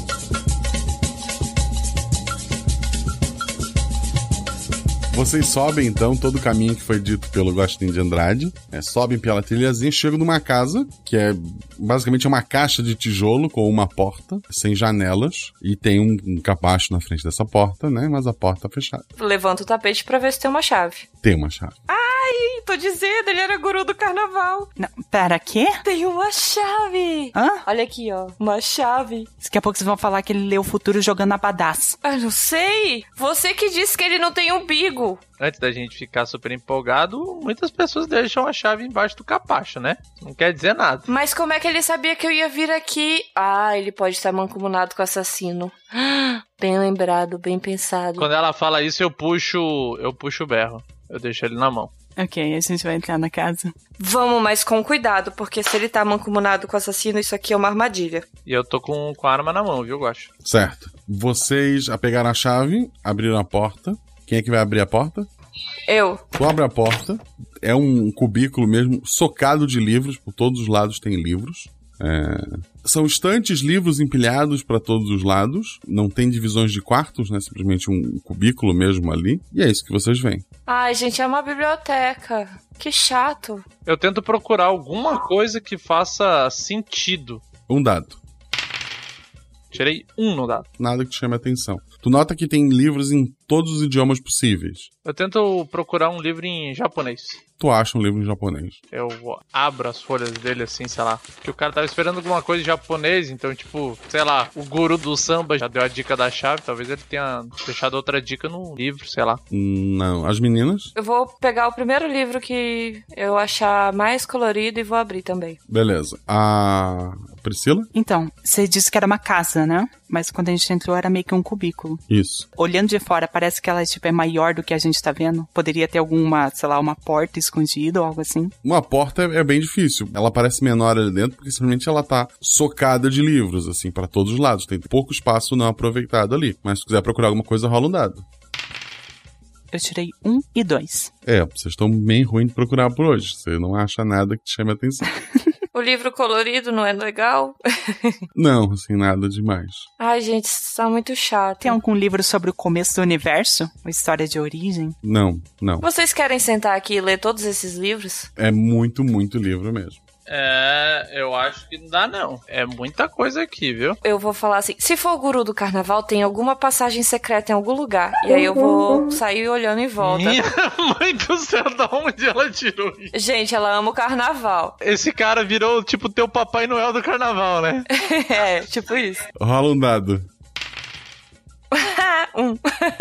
Vocês sobem, então, todo o caminho que foi dito pelo Guaxinim de Andrade. Sobem pela trilhazinha e chegam numa casa, que é basicamente uma caixa de tijolo com uma porta, sem janelas. E tem um capacho na frente dessa porta, né? Mas a porta tá fechada. Levanta o tapete pra ver se tem uma chave. Tem uma chave. Tô dizendo, ele era guru do carnaval. Não, pera, quê? Tem uma chave. Olha aqui, ó. Uma chave. Daqui a pouco vocês vão falar que ele lê o futuro jogando abadás. Não sei. Você que disse que ele não tem umbigo. Antes da gente ficar super empolgado, muitas pessoas deixam a chave embaixo do capacho, né? Não quer dizer nada. Mas como é que ele sabia que eu ia vir aqui? Ele pode estar mancomunado com o assassino. Bem lembrado, bem pensado. Quando ela fala isso, eu puxo o berro. Eu deixo ele na mão. Ok, a gente vai entrar na casa. Vamos, mas com cuidado, porque se ele tá mancomunado com o assassino, isso aqui é uma armadilha. E eu tô com a arma na mão, viu, Guaxa? Certo. Vocês pegaram a chave, abriram a porta. Quem é que vai abrir a porta? Eu. Tu abre a porta, é um cubículo mesmo, socado de livros, por todos os lados tem livros. São estantes, livros empilhados para todos os lados. Não tem divisões de quartos, né? Simplesmente um cubículo mesmo ali. E é isso que vocês veem. Ai, gente, é uma biblioteca. Que chato. Eu tento procurar alguma coisa que faça sentido. Um dado. Tirei 1 no dado. Nada que te chame a atenção. Tu nota que tem livros em todos os idiomas possíveis. Eu tento procurar um livro em japonês. Tu acha um livro em japonês. Eu abro as folhas dele assim, sei lá. Porque o cara tava esperando alguma coisa em japonês, então, tipo, sei lá, o guru do samba já deu a dica da chave. Talvez ele tenha deixado outra dica no livro, sei lá. Não. As meninas? Eu vou pegar o primeiro livro que eu achar mais colorido e vou abrir também. Beleza. A Priscila? Então, você disse que era uma casa, né? Mas quando a gente entrou era meio que um cubículo. Isso. Olhando de fora, parece que ela tipo, é maior do que a gente tá vendo. Poderia ter alguma, sei lá, uma porta escondida ou algo assim. Uma porta é bem difícil. Ela parece menor ali dentro porque simplesmente ela tá socada de livros, assim, pra todos os lados. Tem pouco espaço não aproveitado ali. Mas se quiser procurar alguma coisa, rola um dado. Eu tirei 1 e 2. Vocês estão bem ruins de procurar por hoje. Você não acha nada que te chame a atenção. O livro colorido não é legal? Não, assim, nada demais. Ai, gente, isso tá muito chato. Tem algum livro sobre o começo do universo? Uma história de origem? Não. Vocês querem sentar aqui e ler todos esses livros? É muito, muito livro mesmo. Eu acho que não dá não. É muita coisa aqui, viu? Eu vou falar assim, se for o guru do carnaval, tem alguma passagem secreta em algum lugar. E aí eu vou sair olhando em volta. Minha mãe do céu, da onde ela tirou isso? Gente, ela ama o carnaval. Esse cara virou tipo teu Papai Noel do carnaval, né? É, tipo isso. Rola um dado. 1.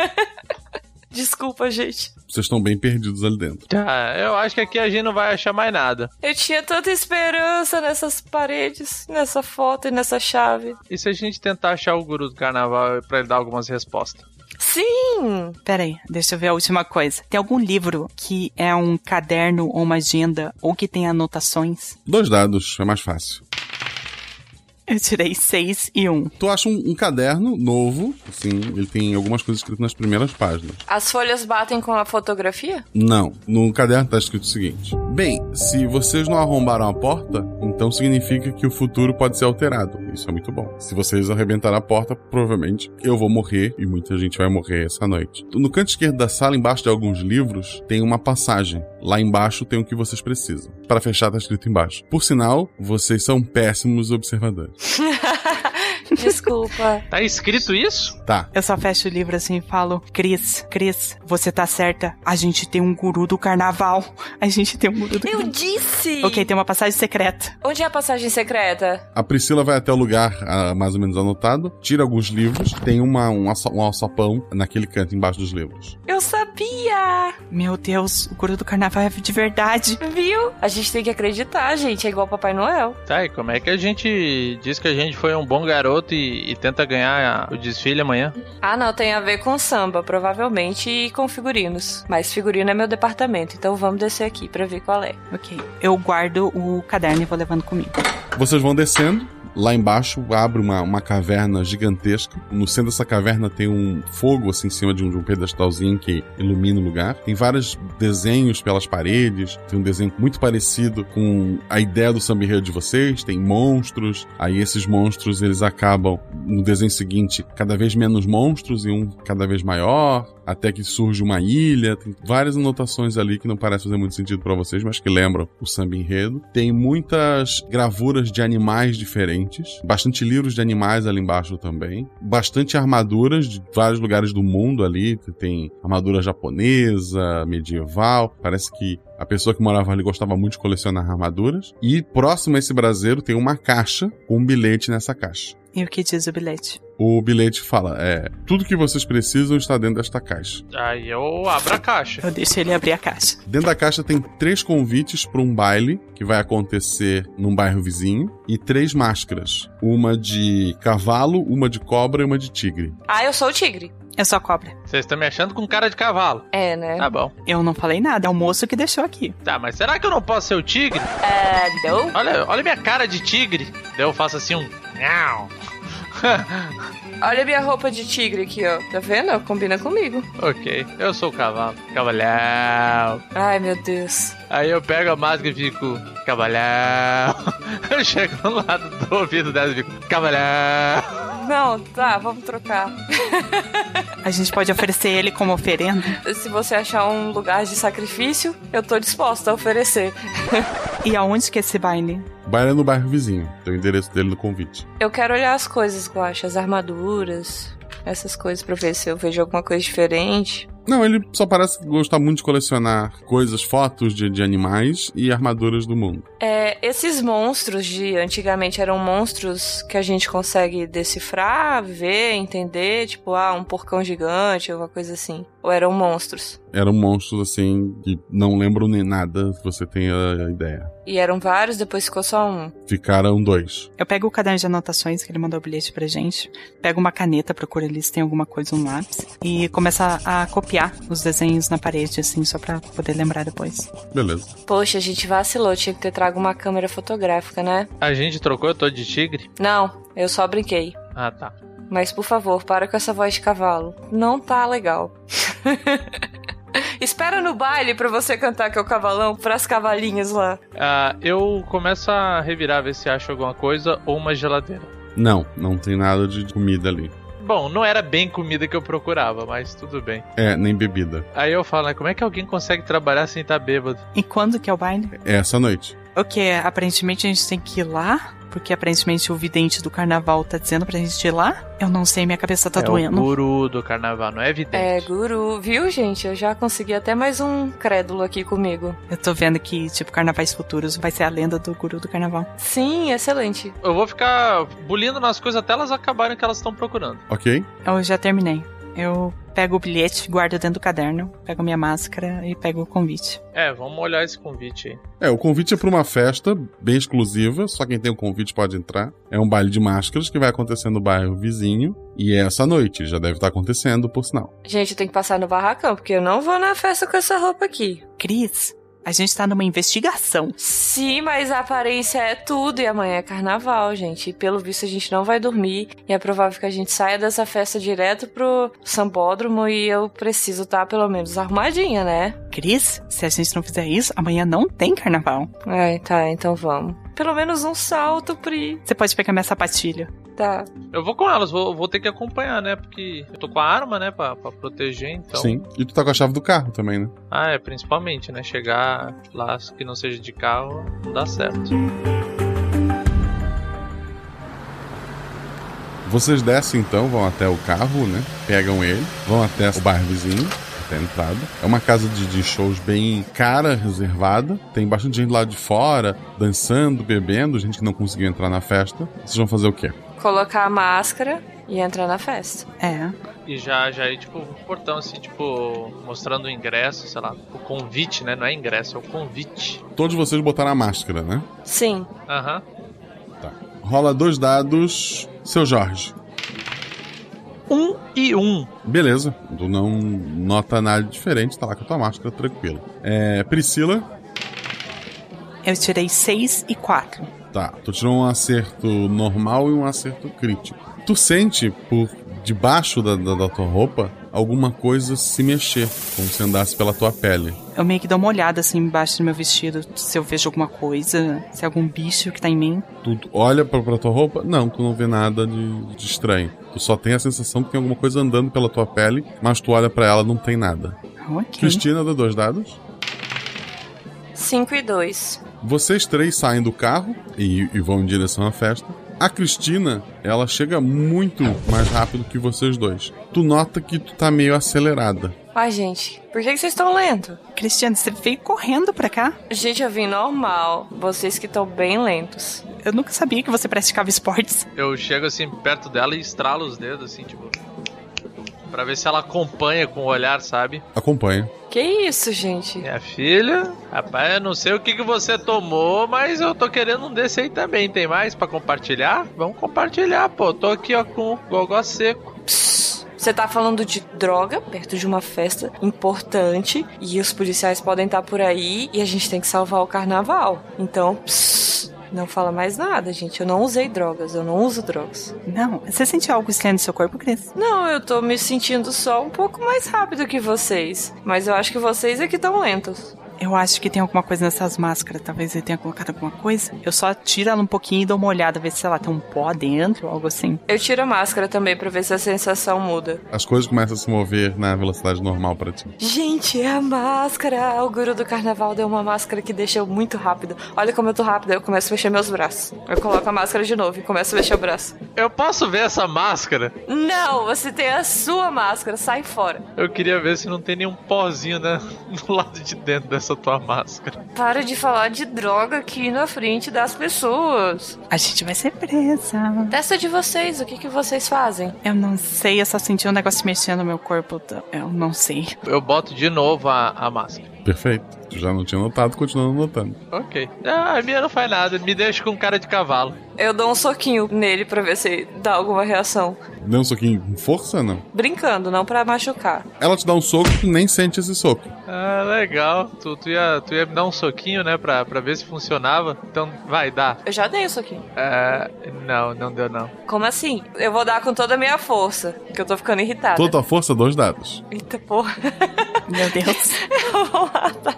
Desculpa, gente. Vocês estão bem perdidos ali dentro. Eu acho que aqui a gente não vai achar mais nada. Eu tinha tanta esperança nessas paredes, nessa foto e nessa chave. E se a gente tentar achar o guru do carnaval pra ele dar algumas respostas? Sim! Peraí, deixa eu ver a última coisa. Tem algum livro que é um caderno ou uma agenda ou que tem anotações? 2 dados, é mais fácil. Eu tirei 6 e 1. Tu acha um caderno novo, assim, ele tem algumas coisas escritas nas primeiras páginas. As folhas batem com a fotografia? Não, no caderno tá escrito o seguinte: bem, se vocês não arrombaram a porta, então significa que o futuro pode ser alterado. Isso é muito bom. Se vocês arrebentarem a porta, provavelmente eu vou morrer e muita gente vai morrer essa noite. No canto esquerdo da sala, embaixo de alguns livros, tem uma passagem. Lá embaixo tem o que vocês precisam. Para fechar, tá escrito embaixo. Por sinal, vocês são péssimos observadores. Desculpa. Tá escrito isso? Tá. Eu só fecho o livro assim e falo: Cris, você tá certa. A gente tem um guru do carnaval. A gente tem um guru do carnaval. Eu disse! Ok, tem uma passagem secreta. Onde é a passagem secreta? A Priscila vai até o lugar mais ou menos anotado, tira alguns livros, tem um alçapão naquele canto embaixo dos livros. Eu sabia! Meu Deus, o guru do carnaval é de verdade. Viu? A gente tem que acreditar, gente. É igual Papai Noel. Tá, e como é que a gente diz que a gente foi um bom garoto e tenta ganhar o desfile amanhã? Ah, não, tem a ver com samba, provavelmente, e com figurinos. Mas figurino é meu departamento, então vamos descer aqui pra ver qual é. Ok, eu guardo o caderno e vou levando comigo. Vocês vão descendo. Lá embaixo abre uma caverna gigantesca. No centro dessa caverna tem um fogo assim em cima de um pedestalzinho que ilumina o lugar. Tem vários desenhos pelas paredes. Tem um desenho muito parecido com a ideia do samba enredo de vocês. Tem monstros. Aí esses monstros eles acabam no desenho seguinte cada vez menos monstros e um cada vez maior. Até que surge uma ilha. Tem várias anotações ali que não parecem fazer muito sentido pra vocês, mas que lembram o samba enredo. Tem muitas gravuras de animais diferentes. Bastante livros de animais ali embaixo também. Bastante armaduras de vários lugares do mundo ali. Tem armadura japonesa, medieval. Parece que a pessoa que morava ali gostava muito de colecionar armaduras. E próximo a esse braseiro tem uma caixa com um bilhete nessa caixa. E o que diz o bilhete? O bilhete fala, tudo que vocês precisam está dentro desta caixa. Aí eu abro a caixa. Eu deixo ele abrir a caixa. Dentro da caixa tem 3 convites para um baile que vai acontecer num bairro vizinho e 3 máscaras. Uma de cavalo, uma de cobra e uma de tigre. Ah, eu sou o tigre. Eu sou a cobra. Vocês estão me achando com cara de cavalo. É, né? Tá bom. Eu não falei nada, é o moço que deixou aqui. Tá, mas será que eu não posso ser o tigre? Não. Olha minha cara de tigre. Daí eu faço assim um... Olha a minha roupa de tigre aqui, ó. Tá vendo? Combina comigo. Ok, eu sou o cavalo. Cavalhão. Ai, meu Deus. Aí eu pego a máscara e fico... Cavalhão. Eu chego no lado do ouvido dela e fico... Cavalhão. Não, tá, vamos trocar. A gente pode oferecer ele como oferenda? Se você achar um lugar de sacrifício, eu tô disposta a oferecer. E aonde que é esse baile? O baile é no bairro vizinho. Tem o endereço dele no convite. Eu quero olhar as coisas, Guaxa, as armaduras, essas coisas, pra ver se eu vejo alguma coisa diferente. Não, ele só parece gostar muito de colecionar coisas, fotos de animais e armaduras do mundo. Esses monstros de antigamente eram monstros que a gente consegue decifrar, ver, entender, tipo, um porcão gigante, alguma coisa assim. Ou eram monstros? Eram monstros, assim, que não lembram nem nada, se você tem a ideia. E eram vários, depois ficou só um. Ficaram 2. Eu pego o caderno de anotações que ele mandou o bilhete pra gente, pego uma caneta, procuro ali se tem alguma coisa, um lápis, e começo a copiar os desenhos na parede, assim, só pra poder lembrar depois. Beleza. Poxa, a gente vacilou, tinha que ter trago uma câmera fotográfica, né? A gente trocou, eu tô de tigre? Não, eu só brinquei. Ah, tá. Mas, por favor, para com essa voz de cavalo. Não tá legal. Espera no baile pra você cantar que é o cavalão pras cavalinhas lá. Eu começo a revirar, ver se acho alguma coisa ou uma geladeira. Não tem nada de comida ali. Bom, não era bem comida que eu procurava, mas tudo bem. Nem bebida. Aí eu falo, como é que alguém consegue trabalhar sem estar bêbado? E quando que é o baile? É essa noite. Ok, aparentemente a gente tem que ir lá, porque aparentemente o vidente do carnaval tá dizendo pra gente ir lá. Eu não sei, minha cabeça tá doendo. É o guru do carnaval, não é vidente. É, guru. Viu, gente? Eu já consegui até mais um crédulo aqui comigo. Eu tô vendo que, tipo, carnavais futuros vai ser a lenda do guru do carnaval. Sim, excelente. Eu vou ficar bulindo nas coisas até elas acabarem o que elas estão procurando. Ok. Eu já terminei. Eu pego o bilhete, guardo dentro do caderno, pego minha máscara e pego o convite. Vamos olhar esse convite aí. O convite é pra uma festa bem exclusiva, só quem tem o convite pode entrar. É um baile de máscaras que vai acontecer no bairro vizinho. E é essa noite, já deve estar acontecendo, por sinal. Gente, eu tenho que passar no barracão, porque eu não vou na festa com essa roupa aqui. Cris, a gente tá numa investigação. Sim, mas a aparência é tudo e amanhã é carnaval, gente. E pelo visto a gente não vai dormir e é provável que a gente saia dessa festa direto pro sambódromo e eu preciso estar pelo menos arrumadinha, né? Cris, se a gente não fizer isso, amanhã não tem carnaval. Tá, então vamos. Pelo menos um salto, Pri. Você pode pegar minha sapatilha. Tá. Eu vou com elas, vou ter que acompanhar, né? Porque eu tô com a arma, né? Pra proteger, então... Sim, e tu tá com a chave do carro também, né? Principalmente, né? Chegar lá que não seja de carro, não dá certo. Vocês descem então, vão até o carro, né? Pegam ele, vão até o bairro vizinho, até a entrada. É uma casa de shows bem cara, reservada. Tem bastante gente lá de fora, dançando, bebendo, gente que não conseguiu entrar na festa. Vocês vão fazer o quê? Colocar a máscara e entrar na festa. E já ir, tipo, um portão, assim, tipo, mostrando o ingresso, sei lá, o convite, né? Não é ingresso, é o convite. Todos vocês botaram a máscara, né? Sim. Aham. Tá. Rola 2 dados, seu Jorge. 1 e 1. Beleza, tu não nota nada diferente, tá lá com a tua máscara, tranquilo. Priscila. Eu tirei 6 e 4. Tá, tu tirou um acerto normal e um acerto crítico. Tu sente por debaixo da tua roupa alguma coisa se mexer, como se andasse pela tua pele. Eu meio que dou uma olhada assim embaixo do meu vestido, se eu vejo alguma coisa, se é algum bicho que tá em mim. Tu olha pra tua roupa? Não, tu não vê nada de estranho. Tu só tem a sensação que tem alguma coisa andando pela tua pele, mas tu olha pra ela, não tem nada. Ok. Cristina, dá 2 dados. 5 e 2. Vocês 3 saem do carro e vão em direção à festa. A Cristina, ela chega muito mais rápido que vocês dois. Tu nota que tu tá meio acelerada. Ai, gente, por que vocês estão lento? Cristina, você veio correndo pra cá? Gente, eu vim normal. Vocês que estão bem lentos. Eu nunca sabia que você praticava esportes. Eu chego assim perto dela e estralo os dedos, assim, tipo... Pra ver se ela acompanha com o olhar, sabe? Acompanha. Que isso, gente? Minha filha, rapaz, eu não sei o que você tomou, mas eu tô querendo um desse aí também. Tem mais pra compartilhar? Vamos compartilhar, pô. Tô aqui, ó, com o gogó seco. Psst. Você tá falando de droga perto de uma festa importante e os policiais podem estar por aí e a gente tem que salvar o carnaval. Então, psst. Não fala mais nada, gente. Eu não usei drogas, eu não uso drogas. Não, você sentiu algo estranho no seu corpo, Cris? Não, eu tô me sentindo só um pouco mais rápido que vocês. Mas eu acho que vocês é que estão lentos. Eu acho que tem alguma coisa nessas máscaras. Talvez ele tenha colocado alguma coisa. Eu só tiro ela um pouquinho e dou uma olhada, ver se, sei lá, tem um pó dentro ou algo assim. Eu tiro a máscara também pra ver se a sensação muda. As coisas começam a se mover na velocidade normal pra ti. Gente, é a máscara! O guru do carnaval deu uma máscara que deixa eu muito rápido. Olha como eu tô rápido, eu começo a mexer meus braços. Eu coloco a máscara de novo e começo a mexer o braço. Eu posso ver essa máscara? Não, você tem a sua máscara, sai fora. Eu queria ver se não tem nenhum pozinho, né, no lado de dentro dessa tua máscara. Para de falar de droga aqui na frente das pessoas. A gente vai ser presa. Testa de vocês, o que vocês fazem? Eu não sei, eu só senti um negócio mexendo no meu corpo. Eu não sei. Eu boto de novo a máscara. Perfeito. Tu já não tinha notado, continuando notando. Ok. A minha não faz nada, me deixa com cara de cavalo. Eu dou um soquinho nele pra ver se dá alguma reação. Deu um soquinho com força, não? Brincando, não pra machucar. Ela te dá um soco, tu nem sente esse soco. Ah, legal. Tu ia me dar um soquinho, né, pra ver se funcionava. Então, vai, dá. Eu já dei o soquinho. Não deu não. Como assim? Eu vou dar com toda a minha força, que eu tô ficando irritada. Toda a força, 2 dados. Eita porra. Meu Deus. Eu vou matar.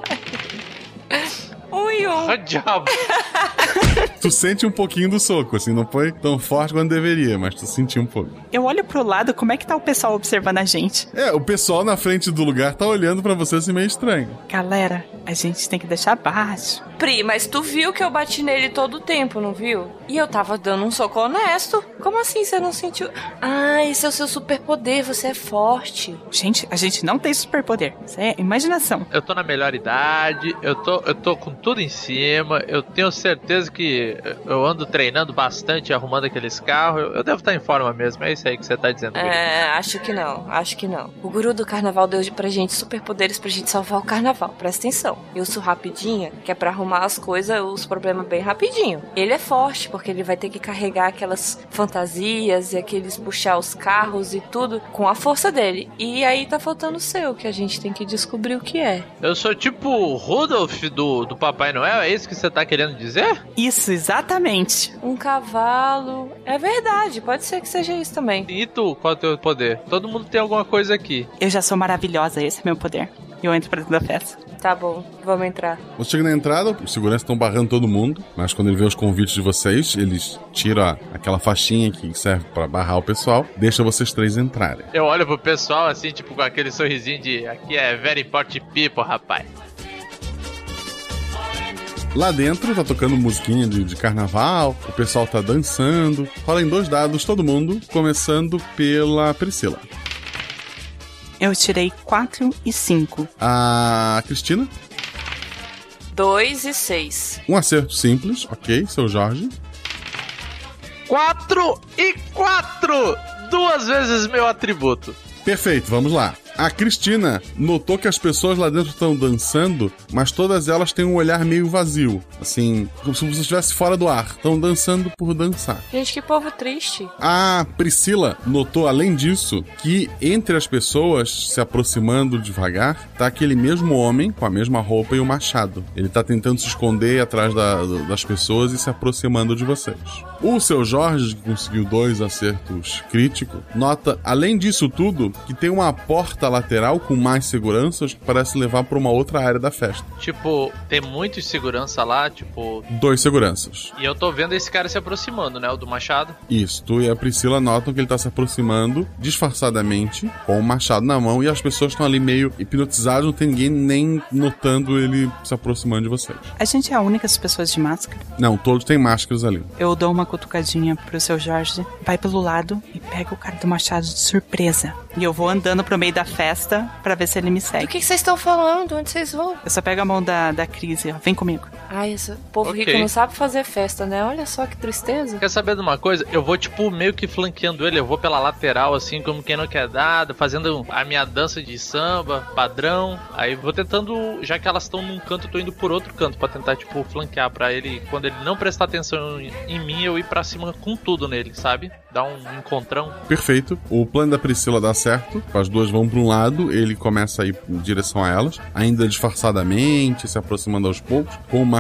1 e 1. Oh, diabo. Tu sente um pouquinho do soco, assim, não foi tão forte quanto deveria, mas tu sentiu um pouco. Eu olho pro lado, como é que tá o pessoal observando a gente? O pessoal na frente do lugar tá olhando pra você assim meio estranho. Galera, a gente tem que deixar baixo. Pri, mas tu viu que eu bati nele todo o tempo, não viu? E eu tava dando um soco honesto. Como assim você não sentiu? Ah, esse é o seu superpoder, você é forte. Gente, a gente não tem superpoder. Isso é imaginação. Eu tô na melhor idade, eu tô com tudo em cima, eu tenho certeza que eu ando treinando bastante, arrumando aqueles carros, eu devo estar em forma mesmo, é isso aí que você tá dizendo. Acho que não. O guru do carnaval deu pra gente superpoderes pra gente salvar o carnaval, presta atenção. Eu sou rapidinha, que é pra arrumar as coisas, os problemas bem rapidinho. Ele é forte, porque ele vai ter que carregar aquelas fantasias e aqueles puxar os carros e tudo com a força dele. E aí tá faltando o seu, que a gente tem que descobrir o que é. Eu sou tipo o Rudolph do Papai Noel, é isso que você tá querendo dizer? Isso, exatamente. Um cavalo. É verdade, pode ser que seja isso também. E tu, qual é o teu poder? Todo mundo tem alguma coisa aqui. Eu já sou maravilhosa, esse é meu poder. E eu entro pra dentro da festa. Tá bom, vamos entrar. Você chega na entrada, os seguranças estão barrando todo mundo, mas quando ele vê os convites de vocês, eles tiram aquela faixinha que serve pra barrar o pessoal, deixa vocês 3 entrarem. Eu olho pro pessoal assim, tipo, com aquele sorrisinho de aqui é very important people, rapaz. Lá dentro tá tocando musiquinha de carnaval, o pessoal tá dançando. Rola em 2 dados todo mundo, começando pela Priscila. Eu tirei 4 e 5. A Cristina? 2 e 6. Um acerto simples, ok, seu Jorge. 4 e 4! 2 vezes meu atributo. Perfeito, vamos lá. A Cristina notou que as pessoas lá dentro estão dançando, mas todas elas têm um olhar meio vazio. Assim, como se você estivesse fora do ar. Estão dançando por dançar. Gente, que povo triste. A Priscila notou, além disso, que entre as pessoas se aproximando devagar, tá aquele mesmo homem com a mesma roupa e o machado. Ele tá tentando se esconder atrás das pessoas e se aproximando de vocês. O seu Jorge, que conseguiu 2 acertos críticos, nota, além disso tudo, que tem uma porta lateral com mais seguranças que parece levar pra uma outra área da festa. Tipo, tem muitos segurança lá, tipo... 2 seguranças. E eu tô vendo esse cara se aproximando, né? O do machado. Isso, tu e a Priscila notam que ele tá se aproximando disfarçadamente, com o machado na mão, e as pessoas estão ali meio hipnotizadas, não tem ninguém nem notando ele se aproximando de vocês. A gente é a única das pessoas de máscara? Não, todos têm máscaras ali. Eu dou uma cutucadinha pro seu Jorge, vai pelo lado e pega o cara do machado de surpresa. E eu vou andando pro meio da festa pra ver se ele me segue. Do que vocês estão falando? Onde vocês vão? Eu só pego a mão da Cris e ó, vem comigo. Ai, esse povo rico não sabe fazer festa, né? Olha só que tristeza. Quer saber de uma coisa? Eu vou, tipo, meio que flanqueando ele. Eu vou pela lateral, assim, como quem não quer nada, fazendo a minha dança de samba, padrão. Aí vou tentando, já que elas estão num canto, eu tô indo por outro canto pra tentar, tipo, flanquear pra ele. Quando ele não prestar atenção em mim, eu ir pra cima com tudo nele, sabe? Dar um encontrão. Perfeito. O plano da Priscila dá certo. As duas vão pra um lado, ele começa a ir em direção a elas, ainda disfarçadamente, se aproximando aos poucos, com uma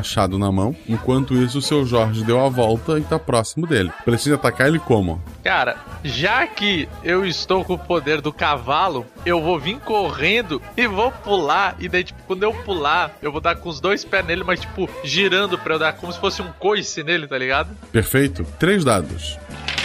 machado na mão. Enquanto isso, o seu Jorge deu a volta e tá próximo dele. Precisa atacar ele como? Cara, já que eu estou com o poder do cavalo, eu vou vir correndo e vou pular. E daí, tipo, quando eu pular, eu vou dar com os 2 pés nele, mas, tipo, girando pra eu dar como se fosse um coice nele, tá ligado? Perfeito. 3 dados.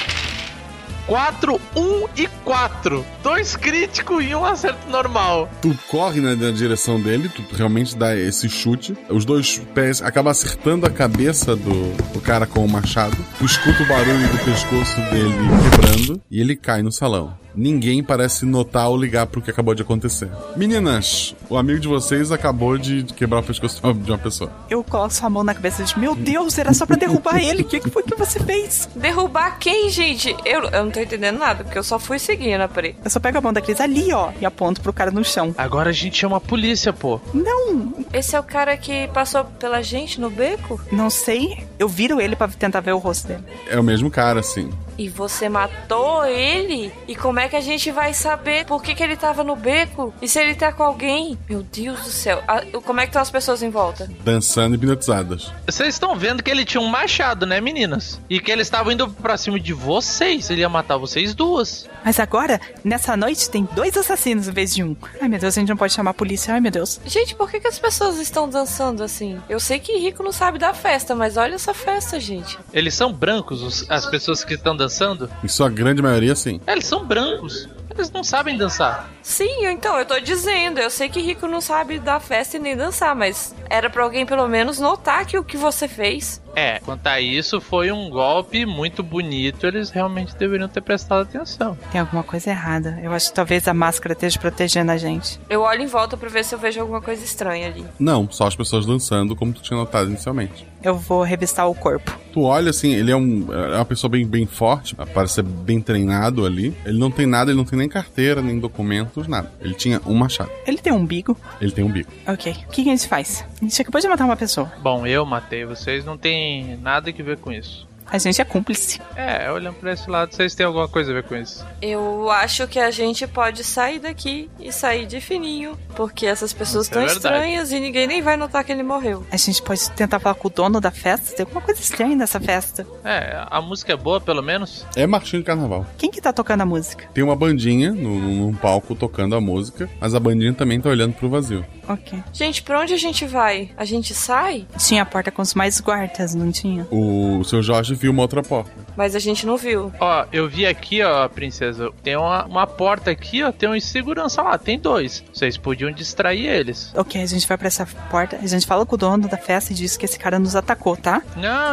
4, 1 e 4. 2 críticos e 1 acerto normal. Tu corre na direção dele, tu realmente dá esse chute. Os 2 pés acabam acertando a cabeça do cara com o machado. Tu escuta o barulho do pescoço dele quebrando e ele cai no salão. Ninguém parece notar ou ligar pro que acabou de acontecer. Meninas, o amigo de vocês acabou de quebrar o pescoço de uma pessoa. Eu coloco sua mão na cabeça de, meu Deus, era só pra derrubar ele. O que foi que você fez? Derrubar quem, gente? Eu não tô entendendo nada, porque eu só fui seguindo a Pri. Eu só pego a mão da Cris ali, ó, e aponto pro cara no chão. Agora a gente chama a polícia, pô. Não. Esse é o cara que passou pela gente no beco? Não sei. Eu viro ele pra tentar ver o rosto dele. É o mesmo cara, sim. E você matou ele? E como é que a gente vai saber por que ele tava no beco? E se ele tá com alguém? Meu Deus do céu. Como é que estão as pessoas em volta? Dançando e hipnotizadas. Vocês estão vendo que ele tinha um machado, né, meninas? E que eles estavam indo pra cima de vocês. Ele ia matar vocês 2. Mas agora, nessa noite, tem 2 assassinos em vez de 1. Ai, meu Deus, a gente não pode chamar a polícia. Ai, meu Deus. Gente, por que as pessoas estão dançando assim? Eu sei que rico não sabe da festa, mas olha essa festa, gente. Eles são brancos, as pessoas que estão dançando? Em sua grande maioria, sim. Eles são brancos. Eles não sabem dançar. Sim, então, eu tô dizendo. Eu sei que rico não sabe dar festa e nem dançar, mas era pra alguém pelo menos notar que o que você fez. É, quanto a isso, foi um golpe muito bonito. Eles realmente deveriam ter prestado atenção. Tem alguma coisa errada. Eu acho que talvez a máscara esteja protegendo a gente. Eu olho em volta pra ver se eu vejo alguma coisa estranha ali. Não, só as pessoas dançando, como tu tinha notado inicialmente. Eu vou revistar o corpo. Tu olha assim, ele é uma pessoa bem forte, parece ser bem treinado ali. Ele não tem nada, ele não tem nem carteira, nem documentos, nada. Ele tinha um machado. Ele tem um umbigo? Ele tem um umbigo. Ok. O que a gente faz? A gente acabou de matar uma pessoa. Bom, eu matei vocês, não tem nada que ver com isso. A gente é cúmplice. É, olhando pra esse lado, vocês têm alguma coisa a ver com isso? Eu acho que a gente pode sair daqui e sair de fininho, porque essas pessoas estão estranhas e ninguém nem vai notar que ele morreu. A gente pode tentar falar com o dono da festa. Tem alguma coisa estranha nessa festa. É, a música é boa, pelo menos. É marchinha de carnaval. Quem que tá tocando a música? Tem uma bandinha num palco tocando a música, mas a bandinha também tá olhando pro vazio. Ok. Gente, pra onde a gente vai? A gente sai? Tinha a porta com os mais guardas, não tinha? O seu Jorge viu uma outra porta. Mas a gente não viu. Ó, eu vi aqui, ó, princesa, tem uma porta aqui, ó, tem um segurança lá, tem 2. Vocês podiam distrair eles. Ok, a gente vai pra essa porta, a gente fala com o dono da festa e diz que esse cara nos atacou, tá? Não.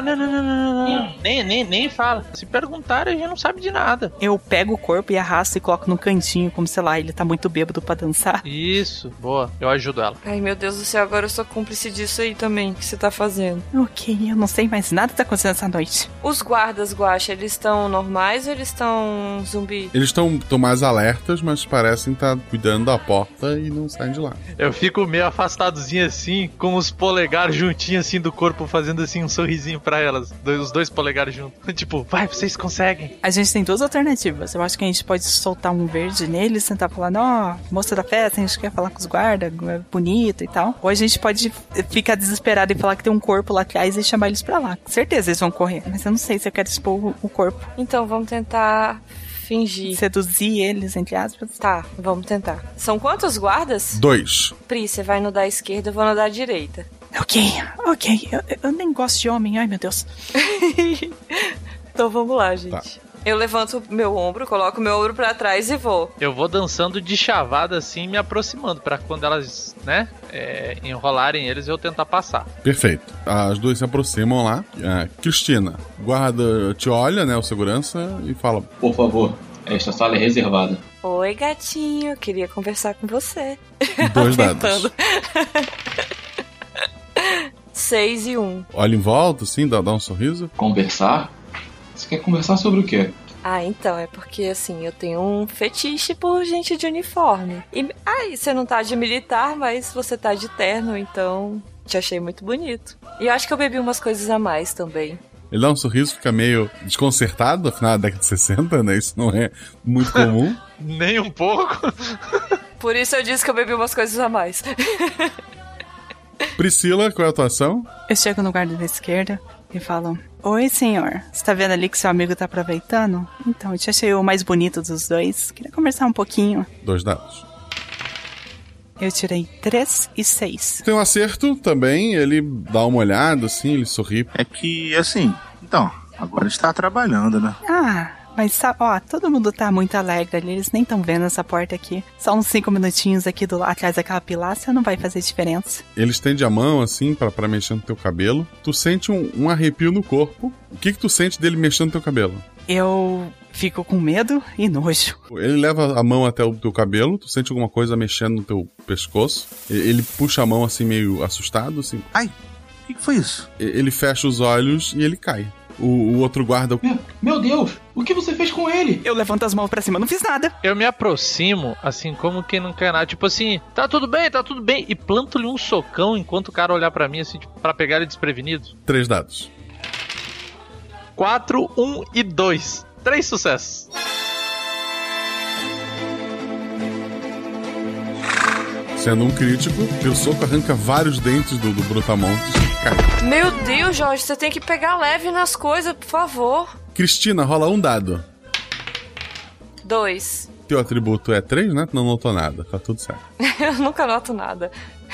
Nem fala. Se perguntarem, a gente não sabe de nada. Eu pego o corpo e arrasto e coloco num cantinho, como, sei lá, ele tá muito bêbado pra dançar. Isso, boa. Eu ajudo ela. Ai, meu Deus do céu, agora eu sou cúmplice disso aí também, que você tá fazendo. Ok, eu não sei mais nada que tá acontecendo essa noite. Os guardas, Guaxa, eles estão normais ou eles estão zumbi? Eles estão mais alertas, mas parecem estar cuidando da porta e não saem de lá. Eu fico meio afastadozinho assim, com os polegares juntinhos assim do corpo, fazendo assim um sorrisinho pra elas. Os 2 polegares juntos. Tipo, vai, vocês conseguem. A gente tem 2 alternativas. Eu acho que a gente pode soltar um verde neles, tentar falar, ó, moça da festa, a gente quer falar com os guardas, é bonito e tal. Ou a gente pode ficar desesperado e falar que tem um corpo lá atrás e chamar eles pra lá. Com certeza eles vão correr, mas eu não sei se eu quero expor o corpo. Então, vamos tentar fingir. Seduzir eles, entre aspas. Tá, vamos tentar. São quantos guardas? 2. Pri, você vai no da esquerda, eu vou no da direita. Ok. Eu nem gosto de homem, ai meu Deus. Então vamos lá, gente. Tá. Eu levanto meu ombro, coloco meu ombro pra trás e vou. Eu vou dançando de chavada assim, me aproximando, pra quando elas, né, enrolarem eles, eu tentar passar. Perfeito. As 2 se aproximam lá. Cristina, guarda te olha, né, o segurança, e fala: por favor, esta sala é reservada. Oi, gatinho, queria conversar com você. 2 dados. 6 e 1. Olha em volta, assim, dá um sorriso. Conversar? Você quer conversar sobre o quê? Ah, então, é porque, assim, eu tenho um fetiche por gente de uniforme. E, você não tá de militar, mas você tá de terno, então te achei muito bonito. E eu acho que eu bebi umas coisas a mais também. Ele dá um sorriso, fica meio desconcertado, afinal da década de 60, né? Isso não é muito comum. Nem um pouco. Por isso eu disse que eu bebi umas coisas a mais. Priscila, qual é a tua ação? Eu chego no guarda da esquerda e falo: Oi, senhor. Você tá vendo ali que seu amigo tá aproveitando? Então, eu te achei o mais bonito dos dois. Queria conversar um pouquinho. 2 dados. Eu tirei 3 e 6. Tem um acerto também, ele dá uma olhada, assim, ele sorri. É que, assim, então, agora está trabalhando, né? Ah, mas ó, todo mundo tá muito alegre ali, eles nem estão vendo essa porta aqui. Só uns 5 minutinhos aqui atrás daquela pilastra não vai fazer diferença. Ele estende a mão, assim, pra mexer no teu cabelo. Tu sente um arrepio no corpo. O que tu sente dele mexendo no teu cabelo? Eu fico com medo e nojo. Ele leva a mão até o teu cabelo, tu sente alguma coisa mexendo no teu pescoço. Ele puxa a mão assim, meio assustado, assim. Ai, o que foi isso? Ele fecha os olhos e ele cai. O outro guarda... Meu Deus, o que você fez com ele? Eu levanto as mãos pra cima, não fiz nada. Eu me aproximo, assim, como quem não quer nada. Tipo assim, tá tudo bem. E planto-lhe um socão enquanto o cara olhar pra mim, assim, tipo, pra pegar ele desprevenido. 3 dados. 4, 1 e 2. 3 sucessos. Sendo um crítico, teu soco arranca vários dentes do Brutamontes e cai. Meu Deus, Jorge, você tem que pegar leve nas coisas, por favor. Cristina, rola um dado. 2. Teu atributo é 3, né? Tu não notou nada, tá tudo certo. Eu nunca noto nada.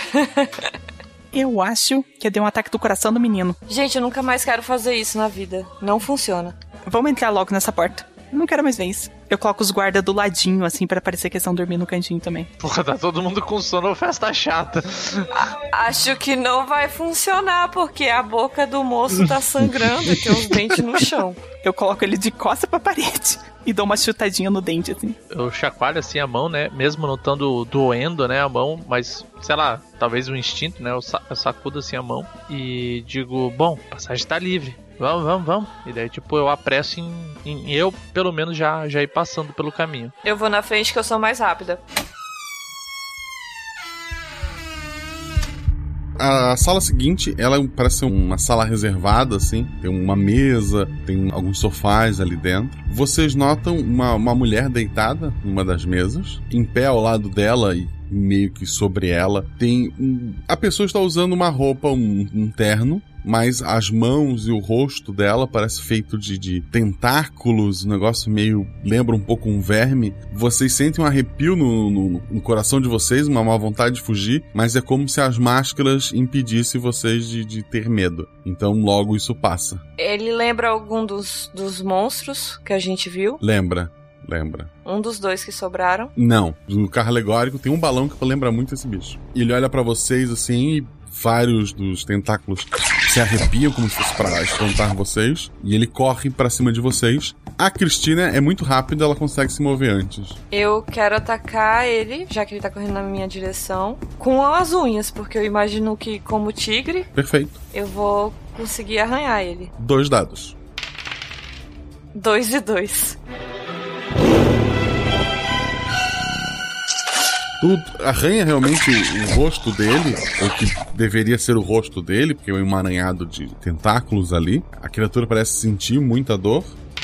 Eu acho que eu dei um ataque do coração do menino. Gente, eu nunca mais quero fazer isso na vida. Não funciona. Vamos entrar logo nessa porta. Eu não quero mais ver isso. Eu coloco os guardas do ladinho, assim, pra parecer que eles estão dormindo no cantinho também. Porra, tá todo mundo com sono, festa chata. Acho que não vai funcionar, porque a boca do moço tá sangrando e tem os dentes no chão. Eu coloco ele de costa pra parede e dou uma chutadinha no dente, assim. Eu chacoalho, assim, a mão, né? Mesmo não estando doendo, né, a mão, mas, sei lá, talvez um instinto, né? Eu sacudo, assim, a mão e digo, bom, a passagem tá livre. Vamos. E daí, tipo, eu apresso em eu, pelo menos, já ir passando pelo caminho. Eu vou na frente que eu sou mais rápida. A sala seguinte, ela parece uma sala reservada, assim. Tem uma mesa, tem alguns sofás ali dentro. Vocês notam uma mulher deitada numa das mesas. Em pé ao lado dela e meio que sobre ela, tem a pessoa está usando uma roupa, um terno. Mas as mãos e o rosto dela parece feito de tentáculos, um negócio meio... lembra um pouco um verme. Vocês sentem um arrepio no coração de vocês, uma má vontade de fugir, mas é como se as máscaras impedissem vocês de ter medo. Então logo isso passa. Ele lembra algum dos monstros que a gente viu? Lembra. Um dos 2 que sobraram? Não. No carro alegórico tem um balão que lembra muito esse bicho. E ele olha pra vocês assim e vários dos tentáculos se arrepiam como se fosse pra espantar vocês. E ele corre pra cima de vocês. A Cristina é muito rápida, ela consegue se mover antes. Eu quero atacar ele, já que ele tá correndo na minha direção, com as unhas, porque eu imagino que, como tigre... Perfeito. Eu vou conseguir arranhar ele. 2 dados. 2 e 2. Tu arranha realmente o rosto dele, ou que deveria ser o rosto dele, porque é um emaranhado de tentáculos ali. A criatura parece sentir muita dor.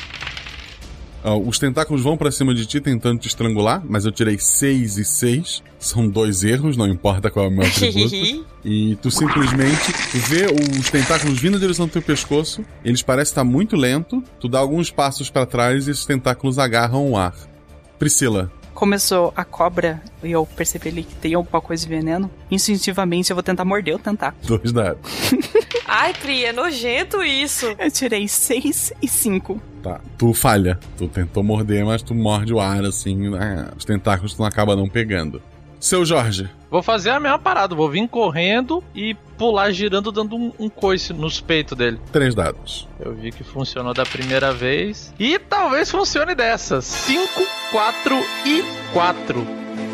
Os tentáculos vão pra cima de ti tentando te estrangular, mas eu tirei 6 e 6. São 2 erros, não importa qual é o meu atributo. E tu simplesmente vê os tentáculos vindo na direção do teu pescoço. Eles parecem estar muito lento. Tu dá alguns passos pra trás e esses tentáculos agarram o ar. Priscila. Começou a cobra e eu percebi ali que tem alguma coisa de veneno. Instintivamente eu vou tentar morder o tentáculo. 2 dados. Ai, Pri, é nojento isso. Eu tirei 6 e 5. Tá, tu falha. Tu tentou morder, mas tu morde o ar, assim, os tentáculos tu não acaba não pegando. Seu Jorge. Vou fazer a mesma parada, vou vir correndo e pular girando, dando um coice nos peitos dele. 3 dados. Eu vi que funcionou da primeira vez. E talvez funcione dessa. 5, 4 e 4.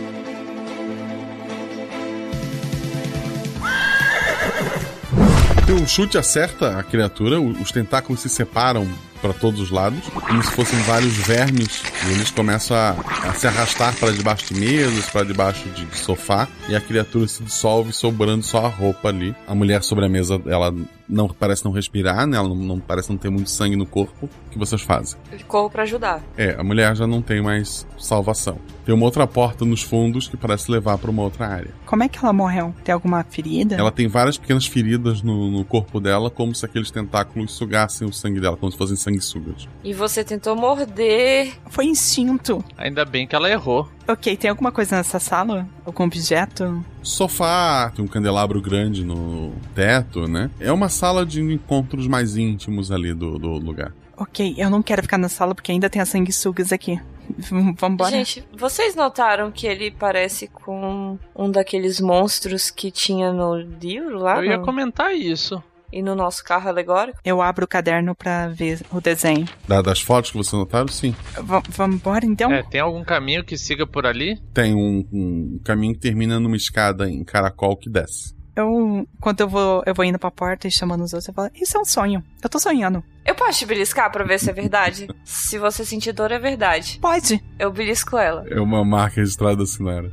Teu chute acerta a criatura, os tentáculos se separam para todos os lados, como se fossem vários vermes, e eles começam a se arrastar para debaixo de mesas, para debaixo de sofá, e a criatura se dissolve, sobrando só a roupa ali. A mulher sobre a mesa, ela não parece não respirar, né? Ela não parece não ter muito sangue no corpo. O que vocês fazem? Eu corro pra ajudar. A mulher já não tem mais salvação. Tem uma outra porta nos fundos que parece levar pra uma outra área. Como é que ela morreu? Tem alguma ferida? Ela tem várias pequenas feridas no corpo dela, como se aqueles tentáculos sugassem o sangue dela, como se fossem sanguessugas. E você tentou morder. Foi instinto. Ainda bem que ela errou. Ok, tem alguma coisa nessa sala? Algum objeto? Sofá, tem um candelabro grande no teto, né? É uma sala de encontros mais íntimos ali do lugar. Ok, eu não quero ficar na sala porque ainda tem as sanguessugas aqui. Vambora. Gente, vocês notaram que ele parece com um daqueles monstros que tinha no livro lá? Eu ia comentar isso. E no nosso carro alegórico? Eu abro o caderno pra ver o desenho. Das fotos que vocês notaram, sim. Vambora, então? Tem algum caminho que siga por ali? Tem um caminho que termina numa escada em caracol que desce. Quando eu vou indo pra porta e chamando os outros, eu falo, isso é um sonho. Eu tô sonhando. Eu posso te beliscar pra ver se é verdade? Se você sentir dor, é verdade. Pode. Eu belisco ela. É uma marca registrada da Sinara.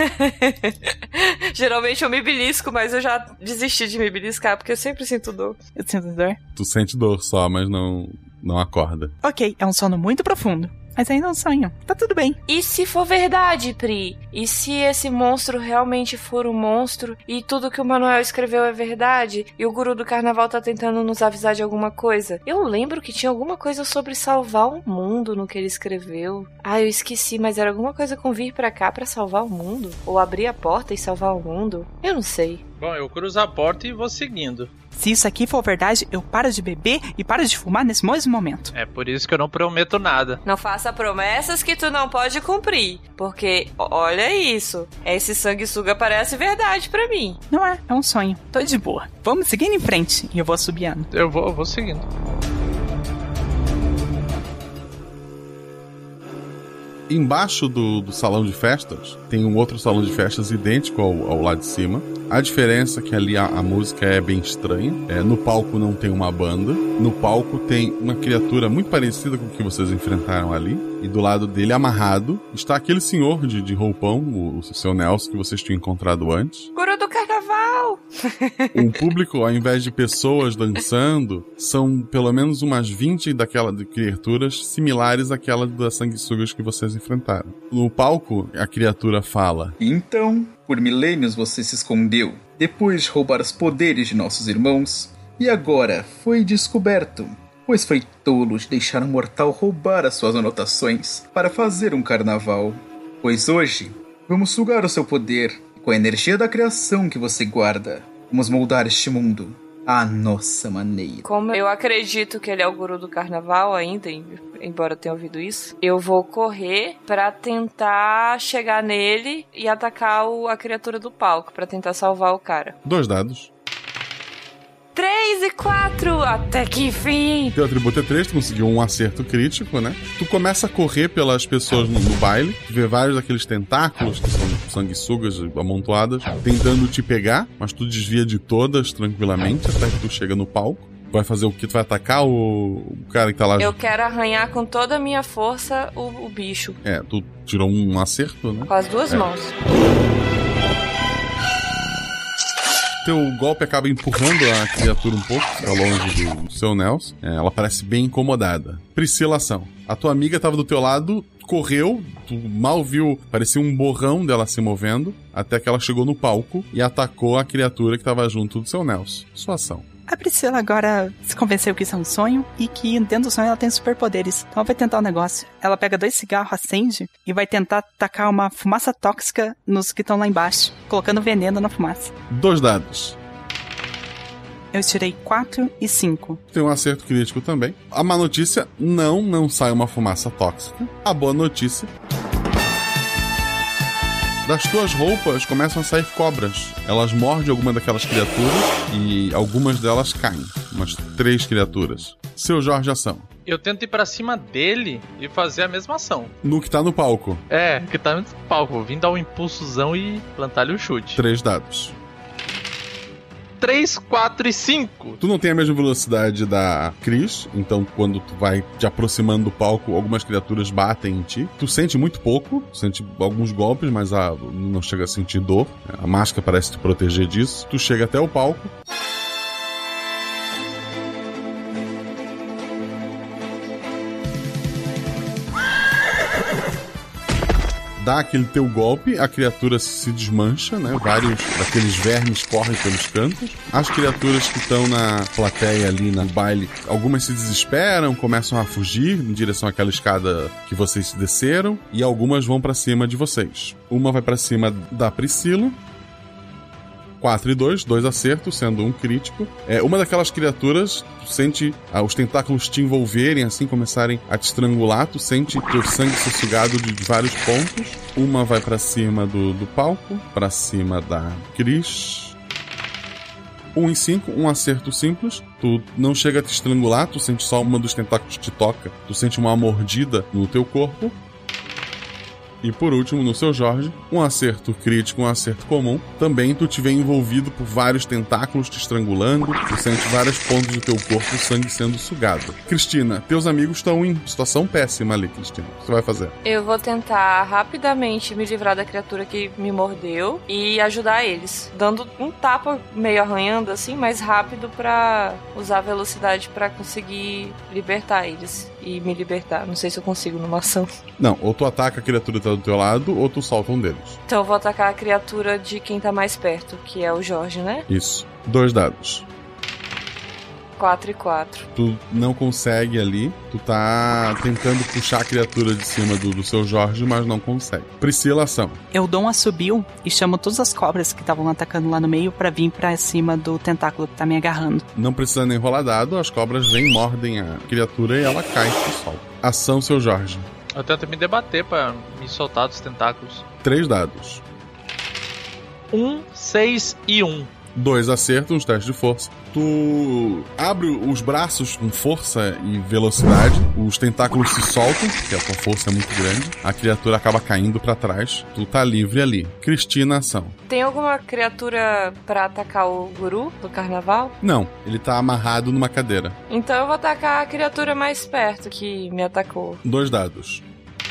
Geralmente eu me belisco, mas eu já desisti de me beliscar, porque eu sempre sinto dor. Eu sinto dor? Tu sente dor só, mas não acorda. Ok, é um sono muito profundo. Mas ainda é um sonho. Tá tudo bem. E se for verdade, Pri? E se esse monstro realmente for um monstro e tudo que o Manuel escreveu é verdade e o guru do carnaval tá tentando nos avisar de alguma coisa? Eu lembro que tinha alguma coisa sobre salvar o mundo no que ele escreveu. Eu esqueci, mas era alguma coisa com vir pra cá pra salvar o mundo? Ou abrir a porta e salvar o mundo? Eu não sei. Bom, eu cruzo a porta e vou seguindo. Se isso aqui for verdade, eu paro de beber e paro de fumar nesse mesmo momento. É por isso que eu não prometo nada. Não faça promessas que tu não pode cumprir. Porque, olha isso. Esse sanguessuga parece verdade pra mim. Não é um sonho. Tô de boa. Vamos seguindo em frente e eu vou assobiando. Eu vou seguindo. Embaixo do salão de festas, tem um outro salão de festas idêntico ao lá de cima. A diferença é que ali a música é bem estranha. No palco não tem uma banda. No palco tem uma criatura muito parecida com o que vocês enfrentaram ali. E do lado dele, amarrado, está aquele senhor de roupão, o seu Nelson, que vocês tinham encontrado antes. Guru do carnaval! O público, ao invés de pessoas dançando, são pelo menos umas 20 de criaturas similares àquela das sanguessugas que vocês enfrentaram. No palco, a criatura fala: Então, por milênios você se escondeu, depois de roubar os poderes de nossos irmãos, e agora foi descoberto, pois foi tolo de deixar um mortal roubar as suas anotações para fazer um carnaval. Pois hoje, vamos sugar o seu poder, e com a energia da criação que você guarda, vamos moldar este mundo à nossa maneira. Como eu acredito que ele é o guru do carnaval ainda, embora eu tenha ouvido isso, eu vou correr pra tentar chegar nele e atacar a criatura do palco, pra tentar salvar o cara. 2 dados. 3 e 4, até que enfim. Teu atributo é 3, tu conseguiu um acerto crítico, né? Tu começa a correr pelas pessoas no baile, tu vê vários daqueles tentáculos, que são sanguessugas amontoadas, tentando te pegar, mas tu desvia de todas tranquilamente até que tu chega no palco. Vai fazer o que? Tu vai atacar o cara que tá lá? Eu quero arranhar com toda a minha força o bicho. Tu tirou um acerto, né? Com as 2 mãos. Teu golpe acaba empurrando a criatura um pouco pra longe do seu Nelson. Ela parece bem incomodada. Priscila, ação. A tua amiga tava do teu lado, correu, tu mal viu, parecia um borrão dela se movendo, até que ela chegou no palco e atacou a criatura que tava junto do seu Nelson. Sua ação. A Priscila agora se convenceu que isso é um sonho e que dentro do sonho ela tem superpoderes. Então ela vai tentar um negócio. Ela pega 2 cigarros, acende e vai tentar tacar uma fumaça tóxica nos que estão lá embaixo, colocando veneno na fumaça. 2 dados. Eu tirei 4 e 5. Tem um acerto crítico também. A má notícia, não sai uma fumaça tóxica. A boa notícia: das tuas roupas começam a sair cobras. Elas mordem alguma daquelas criaturas e algumas delas caem. Umas 3 criaturas. Seu Jorge, ação. Eu tento ir pra cima dele e fazer a mesma ação. No que tá no palco. Que tá no palco. Vim dar um impulsozão e plantar-lhe o chute. 3 dados. 3, 4 e 5. Tu não tem a mesma velocidade da Cris, então quando tu vai te aproximando do palco, algumas criaturas batem em ti. Tu sente muito pouco, sente alguns golpes, mas não chega a sentir dor. A máscara parece te proteger disso. Tu chega até o palco. dá aquele teu golpe, a criatura se desmancha, né? Vários daqueles vermes correm pelos cantos. As criaturas que estão na plateia ali, no baile, algumas se desesperam, começam a fugir em direção àquela escada que vocês desceram, e algumas vão pra cima de vocês. Uma vai pra cima da Priscila. 4 e 2 acertos, sendo um crítico. Uma daquelas criaturas, tu sente os tentáculos te envolverem, assim, começarem a te estrangular, tu sente teu sangue ser sugado de vários pontos. Uma vai pra cima do palco, pra cima da Cris. 1 em 5, um acerto simples. Tu não chega a te estrangular, tu sente só uma dos tentáculos te toca, tu sente uma mordida no teu corpo. E por último, no seu Jorge, um acerto crítico, um acerto comum. Também tu te vê envolvido por vários tentáculos te estrangulando. Tu sente vários pontos do teu corpo, o sangue sendo sugado. Cristina, teus amigos estão em situação péssima ali, Cristina. O que você vai fazer? Eu vou tentar rapidamente me livrar da criatura que me mordeu e ajudar eles. Dando um tapa, meio arranhando assim, mais rápido pra usar a velocidade pra conseguir libertar eles. E me libertar. Não sei se eu consigo numa ação. Não, ou tu ataca a criatura que tá do teu lado, ou tu solta um deles. Então eu vou atacar a criatura de quem tá mais perto, que é o Jorge, né? Isso. 2 dados. 4 e 4. Tu não consegue ali. Tu tá tentando puxar a criatura de cima do seu Jorge, mas não consegue. Priscila, ação. Eu dou um assobio e chamo todas as cobras que estavam atacando lá no meio pra vir pra cima do tentáculo que tá me agarrando. Não precisa nem rolar dado, as cobras vêm, mordem a criatura e ela cai e solta. Ação, seu Jorge. Eu tento me debater pra me soltar dos tentáculos. 3 dados. 1, 6 e 1. 2 acertos, uns testes de força. Tu abre os braços com força e velocidade, os tentáculos se soltam, porque a tua força é muito grande, a criatura acaba caindo pra trás, tu tá livre ali. Cristina, ação. Tem alguma criatura pra atacar o guru do carnaval? Não, ele tá amarrado numa cadeira. Então eu vou atacar a criatura mais perto que me atacou. 2 dados.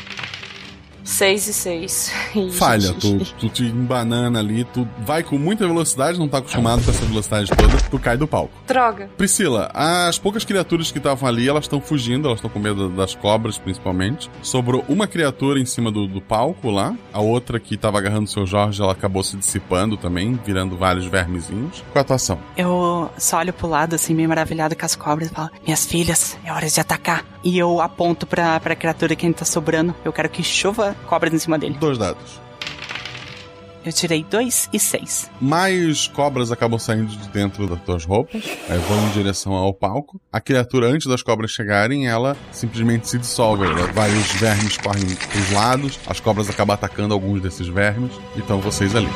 6 e 6. Falha, tu te embanana ali, tu vai com muita velocidade, não tá acostumado com essa velocidade toda, tu cai do palco. Droga. Priscila, as poucas criaturas que estavam ali, elas estão fugindo, elas estão com medo das cobras, principalmente. Sobrou uma criatura em cima do palco lá, a outra que tava agarrando o seu Jorge, ela acabou se dissipando também, virando vários vermezinhos. Qual a tua ação? Eu só olho pro lado, assim, meio maravilhado com as cobras e falo, minhas filhas, é hora de atacar. E eu aponto pra criatura que ainda tá sobrando, eu quero que chova cobras em cima dele. 2 dados. Eu tirei 2 e 6. Mais cobras acabam saindo de dentro das tuas roupas, vão em direção ao palco. A criatura, antes das cobras chegarem, ela simplesmente se dissolve. Vários vermes correm pros lados, as cobras acabam atacando alguns desses vermes, e estão vocês ali.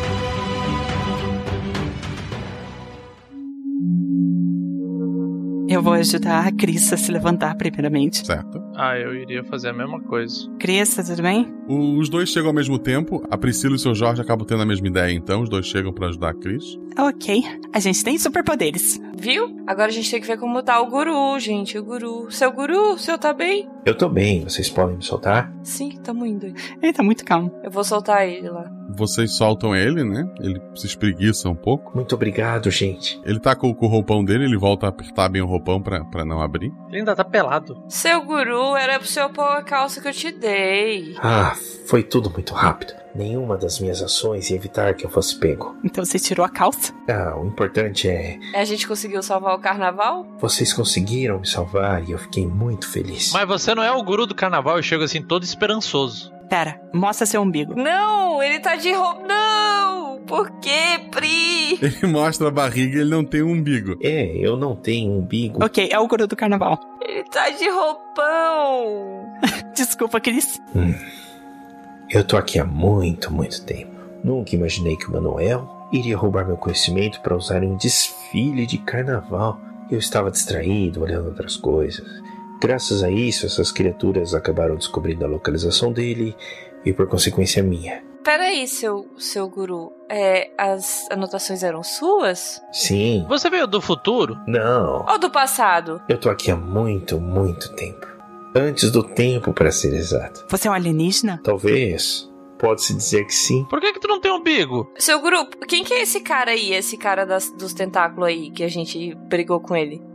Eu vou ajudar a Cris a se levantar primeiramente. Certo. Eu iria fazer a mesma coisa. Cris, tá tudo bem? Os dois chegam ao mesmo tempo. A Priscila e o seu Jorge acabam tendo a mesma ideia, então. Os dois chegam pra ajudar a Cris. Ok. A gente tem superpoderes. Viu? Agora a gente tem que ver como tá o guru, gente. O guru. Seu guru, o seu tá bem? Eu tô bem. Vocês podem me soltar? Sim, tamo indo. Ele tá muito calmo. Eu vou soltar ele lá. Vocês soltam ele, né? Ele se espreguiça um pouco. Muito obrigado, gente. Ele tá com o roupão dele, ele volta a apertar bem o roupão pra não abrir. Ele ainda tá pelado. Seu guru, era pro senhor pôr a calça que eu te dei. Foi tudo muito rápido. Nenhuma das minhas ações ia evitar que eu fosse pego. Então você tirou a calça? O importante é... A gente conseguiu salvar o carnaval? Vocês conseguiram me salvar e eu fiquei muito feliz. Mas você não é o guru do carnaval, eu chego assim todo esperançoso. Pera, mostra seu umbigo. Não, ele tá de roupa. Não! Por quê, Pri? Ele mostra a barriga e ele não tem um umbigo. Eu não tenho um umbigo. Ok, é o guru do carnaval. Ele tá de roupão. Desculpa, Cris. Eu tô aqui há muito, muito tempo. Nunca imaginei que o Manuel iria roubar meu conhecimento para usar em um desfile de carnaval. Eu estava distraído, olhando outras coisas. Graças a isso, essas criaturas acabaram descobrindo a localização dele e, por consequência, a minha. Peraí, seu guru. As anotações eram suas? Sim. Você veio do futuro? Não. Ou do passado? Eu tô aqui há muito, muito tempo. Antes do tempo, para ser exato. Você é um alienígena? Talvez. Pode-se dizer que sim. Por que tu não tem umbigo? Seu guru, quem que é esse cara aí? Esse cara dos tentáculos aí, que a gente brigou com ele?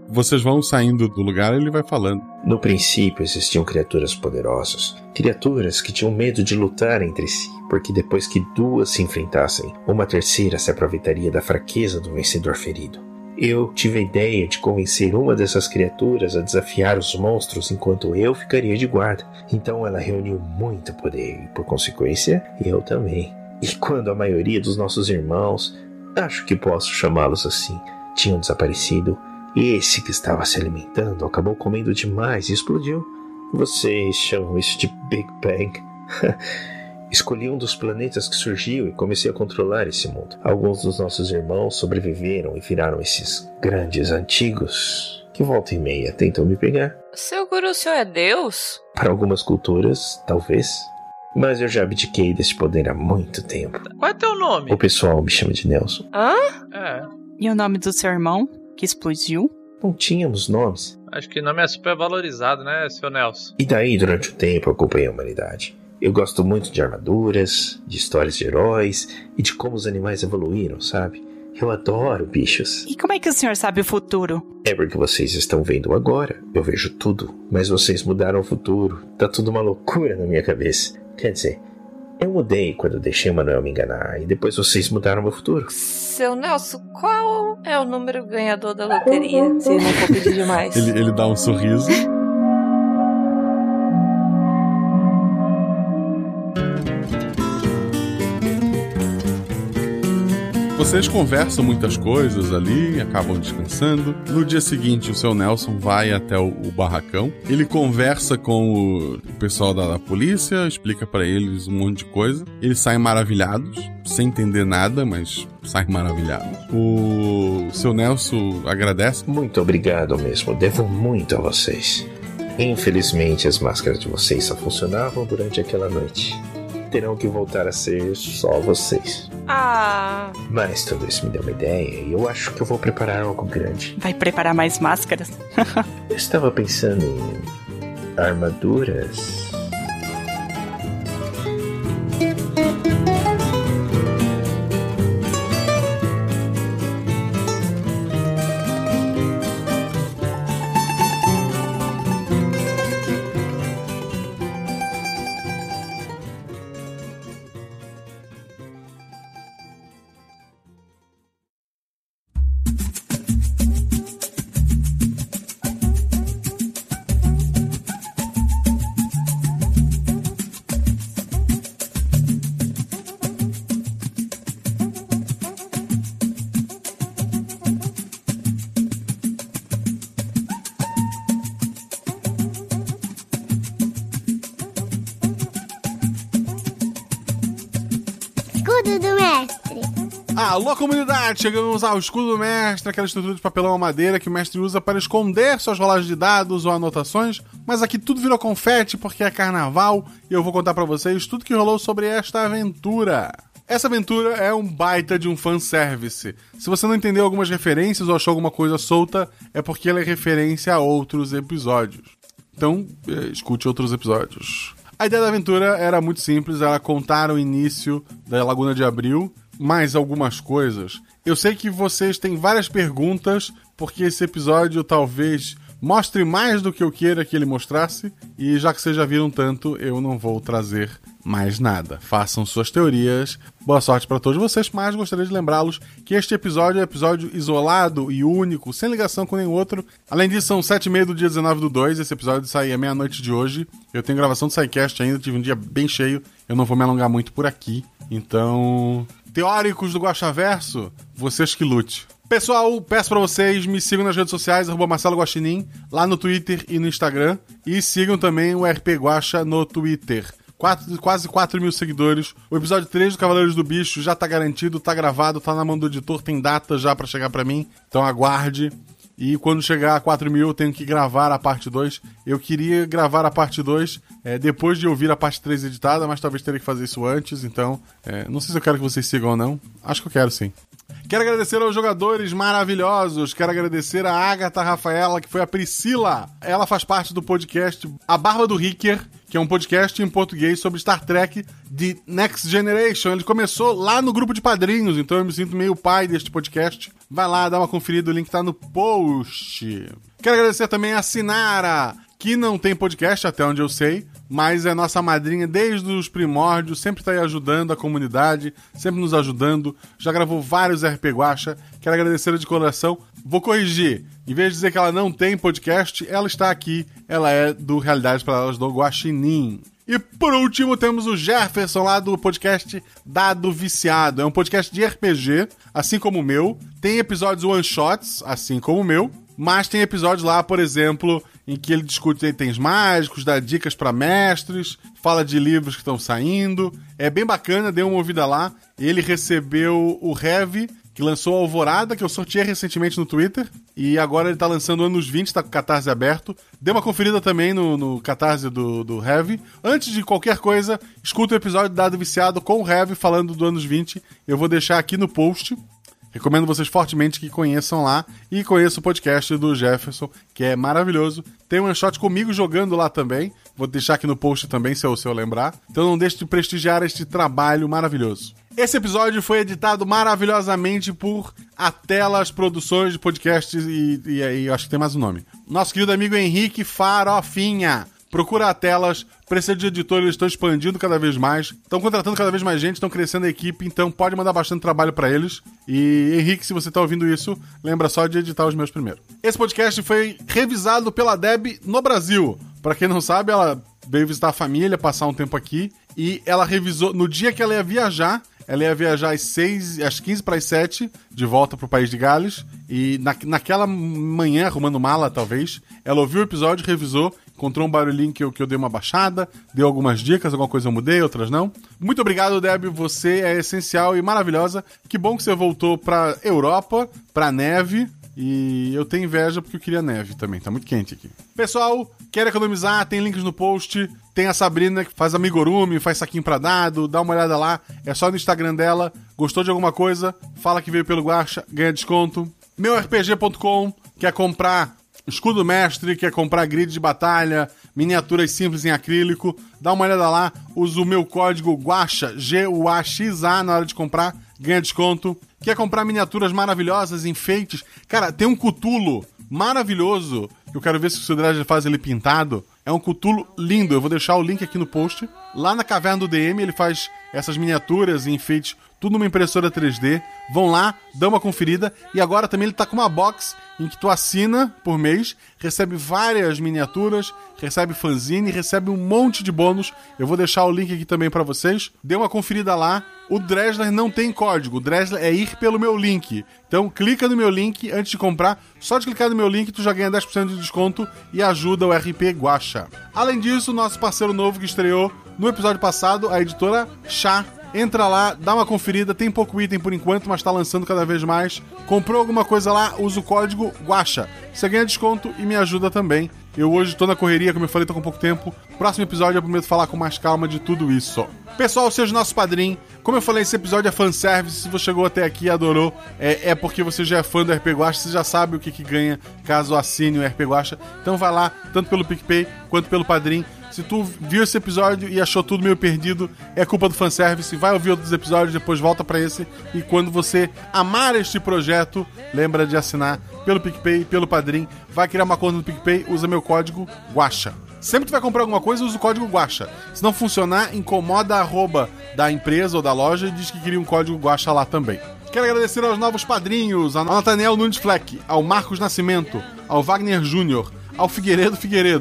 vocês vão saindo do lugar e ele vai falando. No princípio existiam criaturas poderosas, criaturas que tinham medo de lutar entre si, porque depois que duas se enfrentassem, uma terceira se aproveitaria da fraqueza do vencedor ferido. Eu tive a ideia de convencer uma dessas criaturas a desafiar os monstros enquanto eu ficaria de guarda. Então ela reuniu muito poder e, por consequência, eu também. E quando a maioria dos nossos irmãos, acho que posso chamá-los assim, tinham desaparecido, esse que estava se alimentando acabou comendo demais e explodiu. Vocês chamam isso de Big Bang? Escolhi um dos planetas que surgiu e comecei a controlar esse mundo. Alguns dos nossos irmãos sobreviveram e viraram esses grandes antigos que volta e meia tentam me pegar. Seu guru, o senhor é Deus? Para algumas culturas, talvez. Mas eu já abdiquei desse poder há muito tempo. Qual é teu nome? O pessoal me chama de Nelson. Hã? É. E o nome do seu irmão, que explodiu? Não tínhamos nomes. Acho que nome é super valorizado, né, seu Nelson? E daí, durante o tempo, eu acompanhei a humanidade. Eu gosto muito de armaduras, de histórias de heróis e de como os animais evoluíram, sabe? Eu adoro bichos. E como é que o senhor sabe o futuro? É porque vocês estão vendo agora. Eu vejo tudo. Mas vocês mudaram o futuro. Tá tudo uma loucura na minha cabeça. Quer dizer, eu mudei quando deixei o Manuel me enganar. E depois vocês mudaram meu futuro. Seu Nelson, qual é o número ganhador da loteria? Se não for pedir demais. Ele dá um sorriso. Vocês conversam muitas coisas ali, acabam descansando. No dia seguinte, o seu Nelson vai até o barracão. Ele conversa com o pessoal da polícia, explica pra eles um monte de coisa. Eles saem maravilhados, sem entender nada, mas saem maravilhados. O seu Nelson agradece. Muito obrigado mesmo, devo muito a vocês. Infelizmente, as máscaras de vocês só funcionavam durante aquela noite. Terão que voltar a ser só vocês. Ah. Mas tudo isso me deu uma ideia e eu acho que eu vou preparar algo grande. Vai preparar mais máscaras? Eu estava pensando em armaduras. Alô, comunidade! Chegamos ao escudo do mestre, aquela estrutura de papelão ou madeira que o mestre usa para esconder suas rolagens de dados ou anotações, mas aqui tudo virou confete porque é carnaval e eu vou contar pra vocês tudo que rolou sobre esta aventura. Essa aventura é um baita de um fanservice. Se você não entendeu algumas referências ou achou alguma coisa solta, é porque ela é referência a outros episódios. Então, escute outros episódios. A ideia da aventura era muito simples, era contar o início da Laguna de Abril, mais algumas coisas. Eu sei que vocês têm várias perguntas, porque esse episódio talvez mostre mais do que eu queira que ele mostrasse, e já que vocês já viram tanto, eu não vou trazer mais nada. Façam suas teorias, boa sorte para todos vocês, mas gostaria de lembrá-los que este episódio é um episódio isolado e único, sem ligação com nenhum outro. Além disso, são 7h30 do dia 19/2, esse episódio sai à meia-noite de hoje. Eu tenho gravação do SciCast ainda, tive um dia bem cheio, eu não vou me alongar muito por aqui, então... Teóricos do Guaxaverso, vocês que lute. Pessoal, peço pra vocês, me sigam nas redes sociais, @MarceloGuaxinim, lá no Twitter e no Instagram. E sigam também o RP Guaxa no Twitter. Quase 4 mil seguidores. O episódio 3 do Cavaleiros do Bicho já tá garantido, tá gravado, tá na mão do editor, tem data já pra chegar pra mim. Então aguarde. E quando chegar a 4 mil eu tenho que gravar a parte 2. Eu queria gravar a parte 2 depois de ouvir a parte 3 editada, mas talvez teria que fazer isso antes, então não sei se eu quero que vocês sigam ou não. Acho que eu quero sim. Quero agradecer aos jogadores maravilhosos. Quero agradecer a Agatha Rafaela, que foi a Priscila. Ela faz parte do podcast A Barba do Ricker, que é um podcast em português sobre Star Trek The Next Generation. Ele começou lá no grupo de padrinhos, então eu me sinto meio pai deste podcast. Vai lá, dá uma conferida, o link tá no post. Quero agradecer também a Sinara, que não tem podcast, até onde eu sei, mas é nossa madrinha desde os primórdios, sempre tá aí ajudando a comunidade, sempre nos ajudando, já gravou vários RP Guacha, quero agradecer de coração. Vou corrigir, em vez de dizer que ela não tem podcast, ela está aqui, ela é do Realidades Paralelas do Guaxinim. E por último temos o Jefferson lá do podcast Dado Viciado, é um podcast de RPG, assim como o meu, tem episódios one-shots, assim como o meu, mas tem episódios lá, por exemplo, em que ele discute itens mágicos, dá dicas para mestres, fala de livros que estão saindo. É bem bacana, dê uma ouvida lá. Ele recebeu o Heavy, que lançou a Alvorada, que eu sorteei recentemente no Twitter. E agora ele tá lançando Anos 20, tá com o Catarse aberto. Dê uma conferida também no Catarse do Heavy. Antes de qualquer coisa, escuta o episódio Dado Viciado com o Heavy falando do Anos 20. Eu vou deixar aqui no post. Recomendo vocês fortemente que conheçam lá e conheçam o podcast do Jefferson, que é maravilhoso. Tem um one-shot comigo jogando lá também. Vou deixar aqui no post também, se eu lembrar. Então não deixe de prestigiar este trabalho maravilhoso. Esse episódio foi editado maravilhosamente por Atelas Produções de Podcasts e aí acho que tem mais um nome. Nosso querido amigo Henrique Farofinha. Procura a Telas, precisa de editor, eles estão expandindo cada vez mais, estão contratando cada vez mais gente, estão crescendo a equipe, então pode mandar bastante trabalho pra eles. E Henrique, se você tá ouvindo isso, lembra só de editar os meus primeiro. Esse podcast foi revisado pela Deb no Brasil. Pra quem não sabe, ela veio visitar a família, passar um tempo aqui, e ela revisou, no dia que ela ia viajar às 15 para as 7, de volta pro país de Gales, e naquela manhã, arrumando mala talvez, ela ouviu o episódio, revisou, encontrou um barulhinho que eu dei uma baixada, deu algumas dicas, alguma coisa eu mudei, outras não. Muito obrigado, Deb, você é essencial e maravilhosa. Que bom que você voltou pra Europa, pra neve, e eu tenho inveja porque eu queria neve também, tá muito quente aqui. Pessoal, quer economizar? Tem links no post, tem a Sabrina que faz amigurumi, faz saquinho pra dado, dá uma olhada lá, é só no Instagram dela. Gostou de alguma coisa? Fala que veio pelo Guaxa, ganha desconto. MeuRPG.com, quer comprar escudo mestre, quer comprar grid de batalha, miniaturas simples em acrílico, dá uma olhada lá, usa o meu código GUAXA, G-U-A-X-A, na hora de comprar, ganha desconto. Quer comprar miniaturas maravilhosas, enfeites? Cara, tem um Cthulhu maravilhoso, que eu quero ver se o Cidrede faz ele pintado. É um Cthulhu lindo, eu vou deixar o link aqui no post. Lá na Caverna do DM ele faz essas miniaturas e enfeites, tudo numa impressora 3D. Vão lá, dão uma conferida. E agora também ele tá com uma box em que tu assina por mês, recebe várias miniaturas, recebe fanzine, recebe um monte de bônus. Eu vou deixar o link aqui também pra vocês. Dê uma conferida lá. O Dresler não tem código, o Dresler é ir pelo meu link. Então clica no meu link antes de comprar. Só de clicar no meu link tu já ganha 10% de desconto e ajuda o RP Guaxa. Além disso, nosso parceiro novo que estreou no episódio passado, a editora Chá. Entra lá, dá uma conferida, tem pouco item por enquanto, mas tá lançando cada vez mais. Comprou alguma coisa lá, usa o código GUAXA. Você ganha desconto e me ajuda também. Eu hoje tô na correria, como eu falei, tô com pouco tempo. Próximo episódio eu prometo falar com mais calma de tudo isso. Pessoal, seja nosso padrinho. Como eu falei, esse episódio é fanservice. Se você chegou até aqui e adorou, é porque você já é fã do RP Guaxa. Você já sabe o que ganha caso assine o RP Guaxa. Então vai lá, tanto pelo PicPay quanto pelo padrinho. Se tu viu esse episódio e achou tudo meio perdido, é culpa do fanservice. Vai ouvir outros episódios, depois volta pra esse. E quando você amar este projeto, lembra de assinar pelo PicPay, pelo Padrim. Vai criar uma conta no PicPay, usa meu código GUAXA. Sempre que tu vai comprar alguma coisa, usa o código GUAXA. Se não funcionar, incomoda a arroba da empresa ou da loja e diz que queria um código GUAXA lá também. Quero agradecer aos novos padrinhos, ao Nathaniel Nunes Fleck, ao Marcos Nascimento, ao Wagner Júnior, ao Figueiredo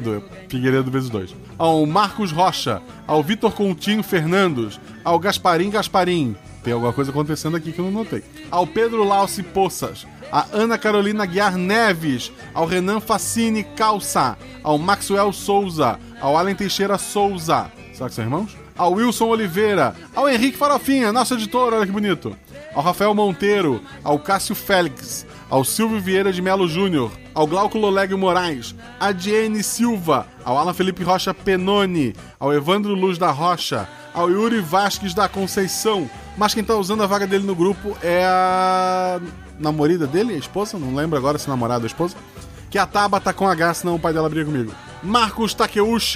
vezes 2, ao Marcos Rocha, ao Vitor Coutinho Fernandes, ao Gasparim, tem alguma coisa acontecendo aqui que eu não notei, ao Pedro Lauci Poças, a Ana Carolina Guiar Neves, ao Renan Facini Calça, ao Maxwell Souza, ao Alan Teixeira Souza, será que são irmãos? Ao Wilson Oliveira, ao Henrique Farofinha, nosso editor, olha que bonito, ao Rafael Monteiro, ao Cássio Félix, ao Silvio Vieira de Melo Júnior, ao Glauco Lolegio Moraes, a Diene Silva, ao Alan Felipe Rocha Penoni, ao Evandro Luz da Rocha, ao Yuri Vasques da Conceição, mas quem tá usando a vaga dele no grupo é a namorada dele, a esposa, não lembro agora se namorada ou esposa, que a Tabata com H, senão o pai dela briga comigo. Marcos Takeuchi,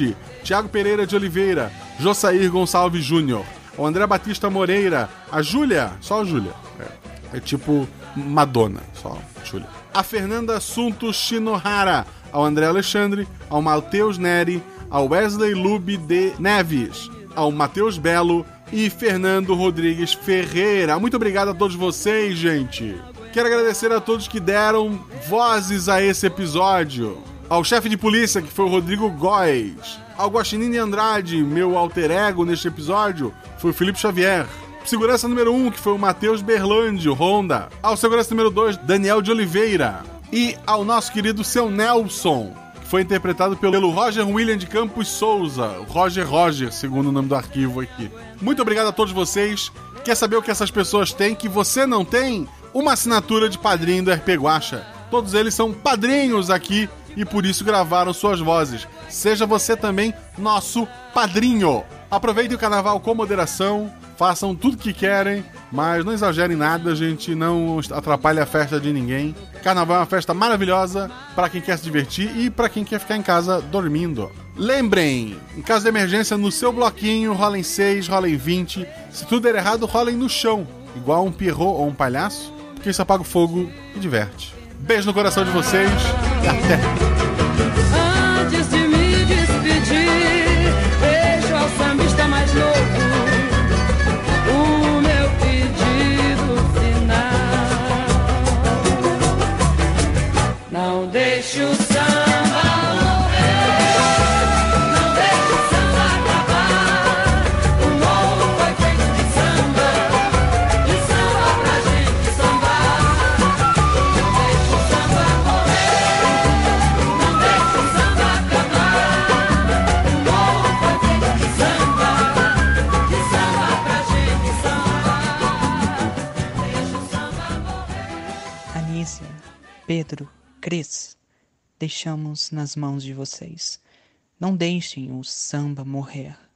Tiago Pereira de Oliveira, Jossair Gonçalves Júnior, o André Batista Moreira, a Júlia, só a Júlia, é tipo Madonna, só Júlia. A Fernanda Assunto Shinohara, ao André Alexandre, ao Matheus Neri, ao Wesley Lube de Neves, ao Matheus Belo e Fernando Rodrigues Ferreira. Muito obrigado a todos vocês, gente. Quero agradecer a todos que deram vozes a esse episódio. Ao chefe de polícia, que foi o Rodrigo Góes. Ao Guaxinim Andrade, meu alter ego neste episódio, foi o Felipe Xavier. Segurança número 1, que foi o Matheus Berlândio, Honda. Ao segurança número 2, Daniel de Oliveira. E ao nosso querido Seu Nelson, que foi interpretado pelo Roger William de Campos Souza. Roger, segundo o nome do arquivo aqui. Muito obrigado a todos vocês. Quer saber o que essas pessoas têm que você não tem? Uma assinatura de padrinho do RP Guaxa. Todos eles são padrinhos aqui e por isso gravaram suas vozes. Seja você também nosso padrinho. Aproveitem o carnaval com moderação, façam tudo que querem, mas não exagerem nada, gente, não atrapalhe a festa de ninguém. Carnaval é uma festa maravilhosa para quem quer se divertir e para quem quer ficar em casa dormindo. Lembrem, em caso de emergência, no seu bloquinho, rolem 6, rolem 20. Se tudo der errado, rolem no chão, igual um Pierrot ou um palhaço, porque isso apaga o fogo e diverte. Beijo no coração de vocês e até! Antes de me despedir, beijo ao sambista mais novo, o meu pedido final. Não deixe o samba morrer, não deixe o samba acabar. O morro foi feito de samba pra gente sambar. Não deixe o samba morrer, não deixe o samba acabar. O morro foi feito de samba pra gente sambar. Deixe o samba morrer. Anísia, Pedro, Cris, deixamos nas mãos de vocês. Não deixem o samba morrer.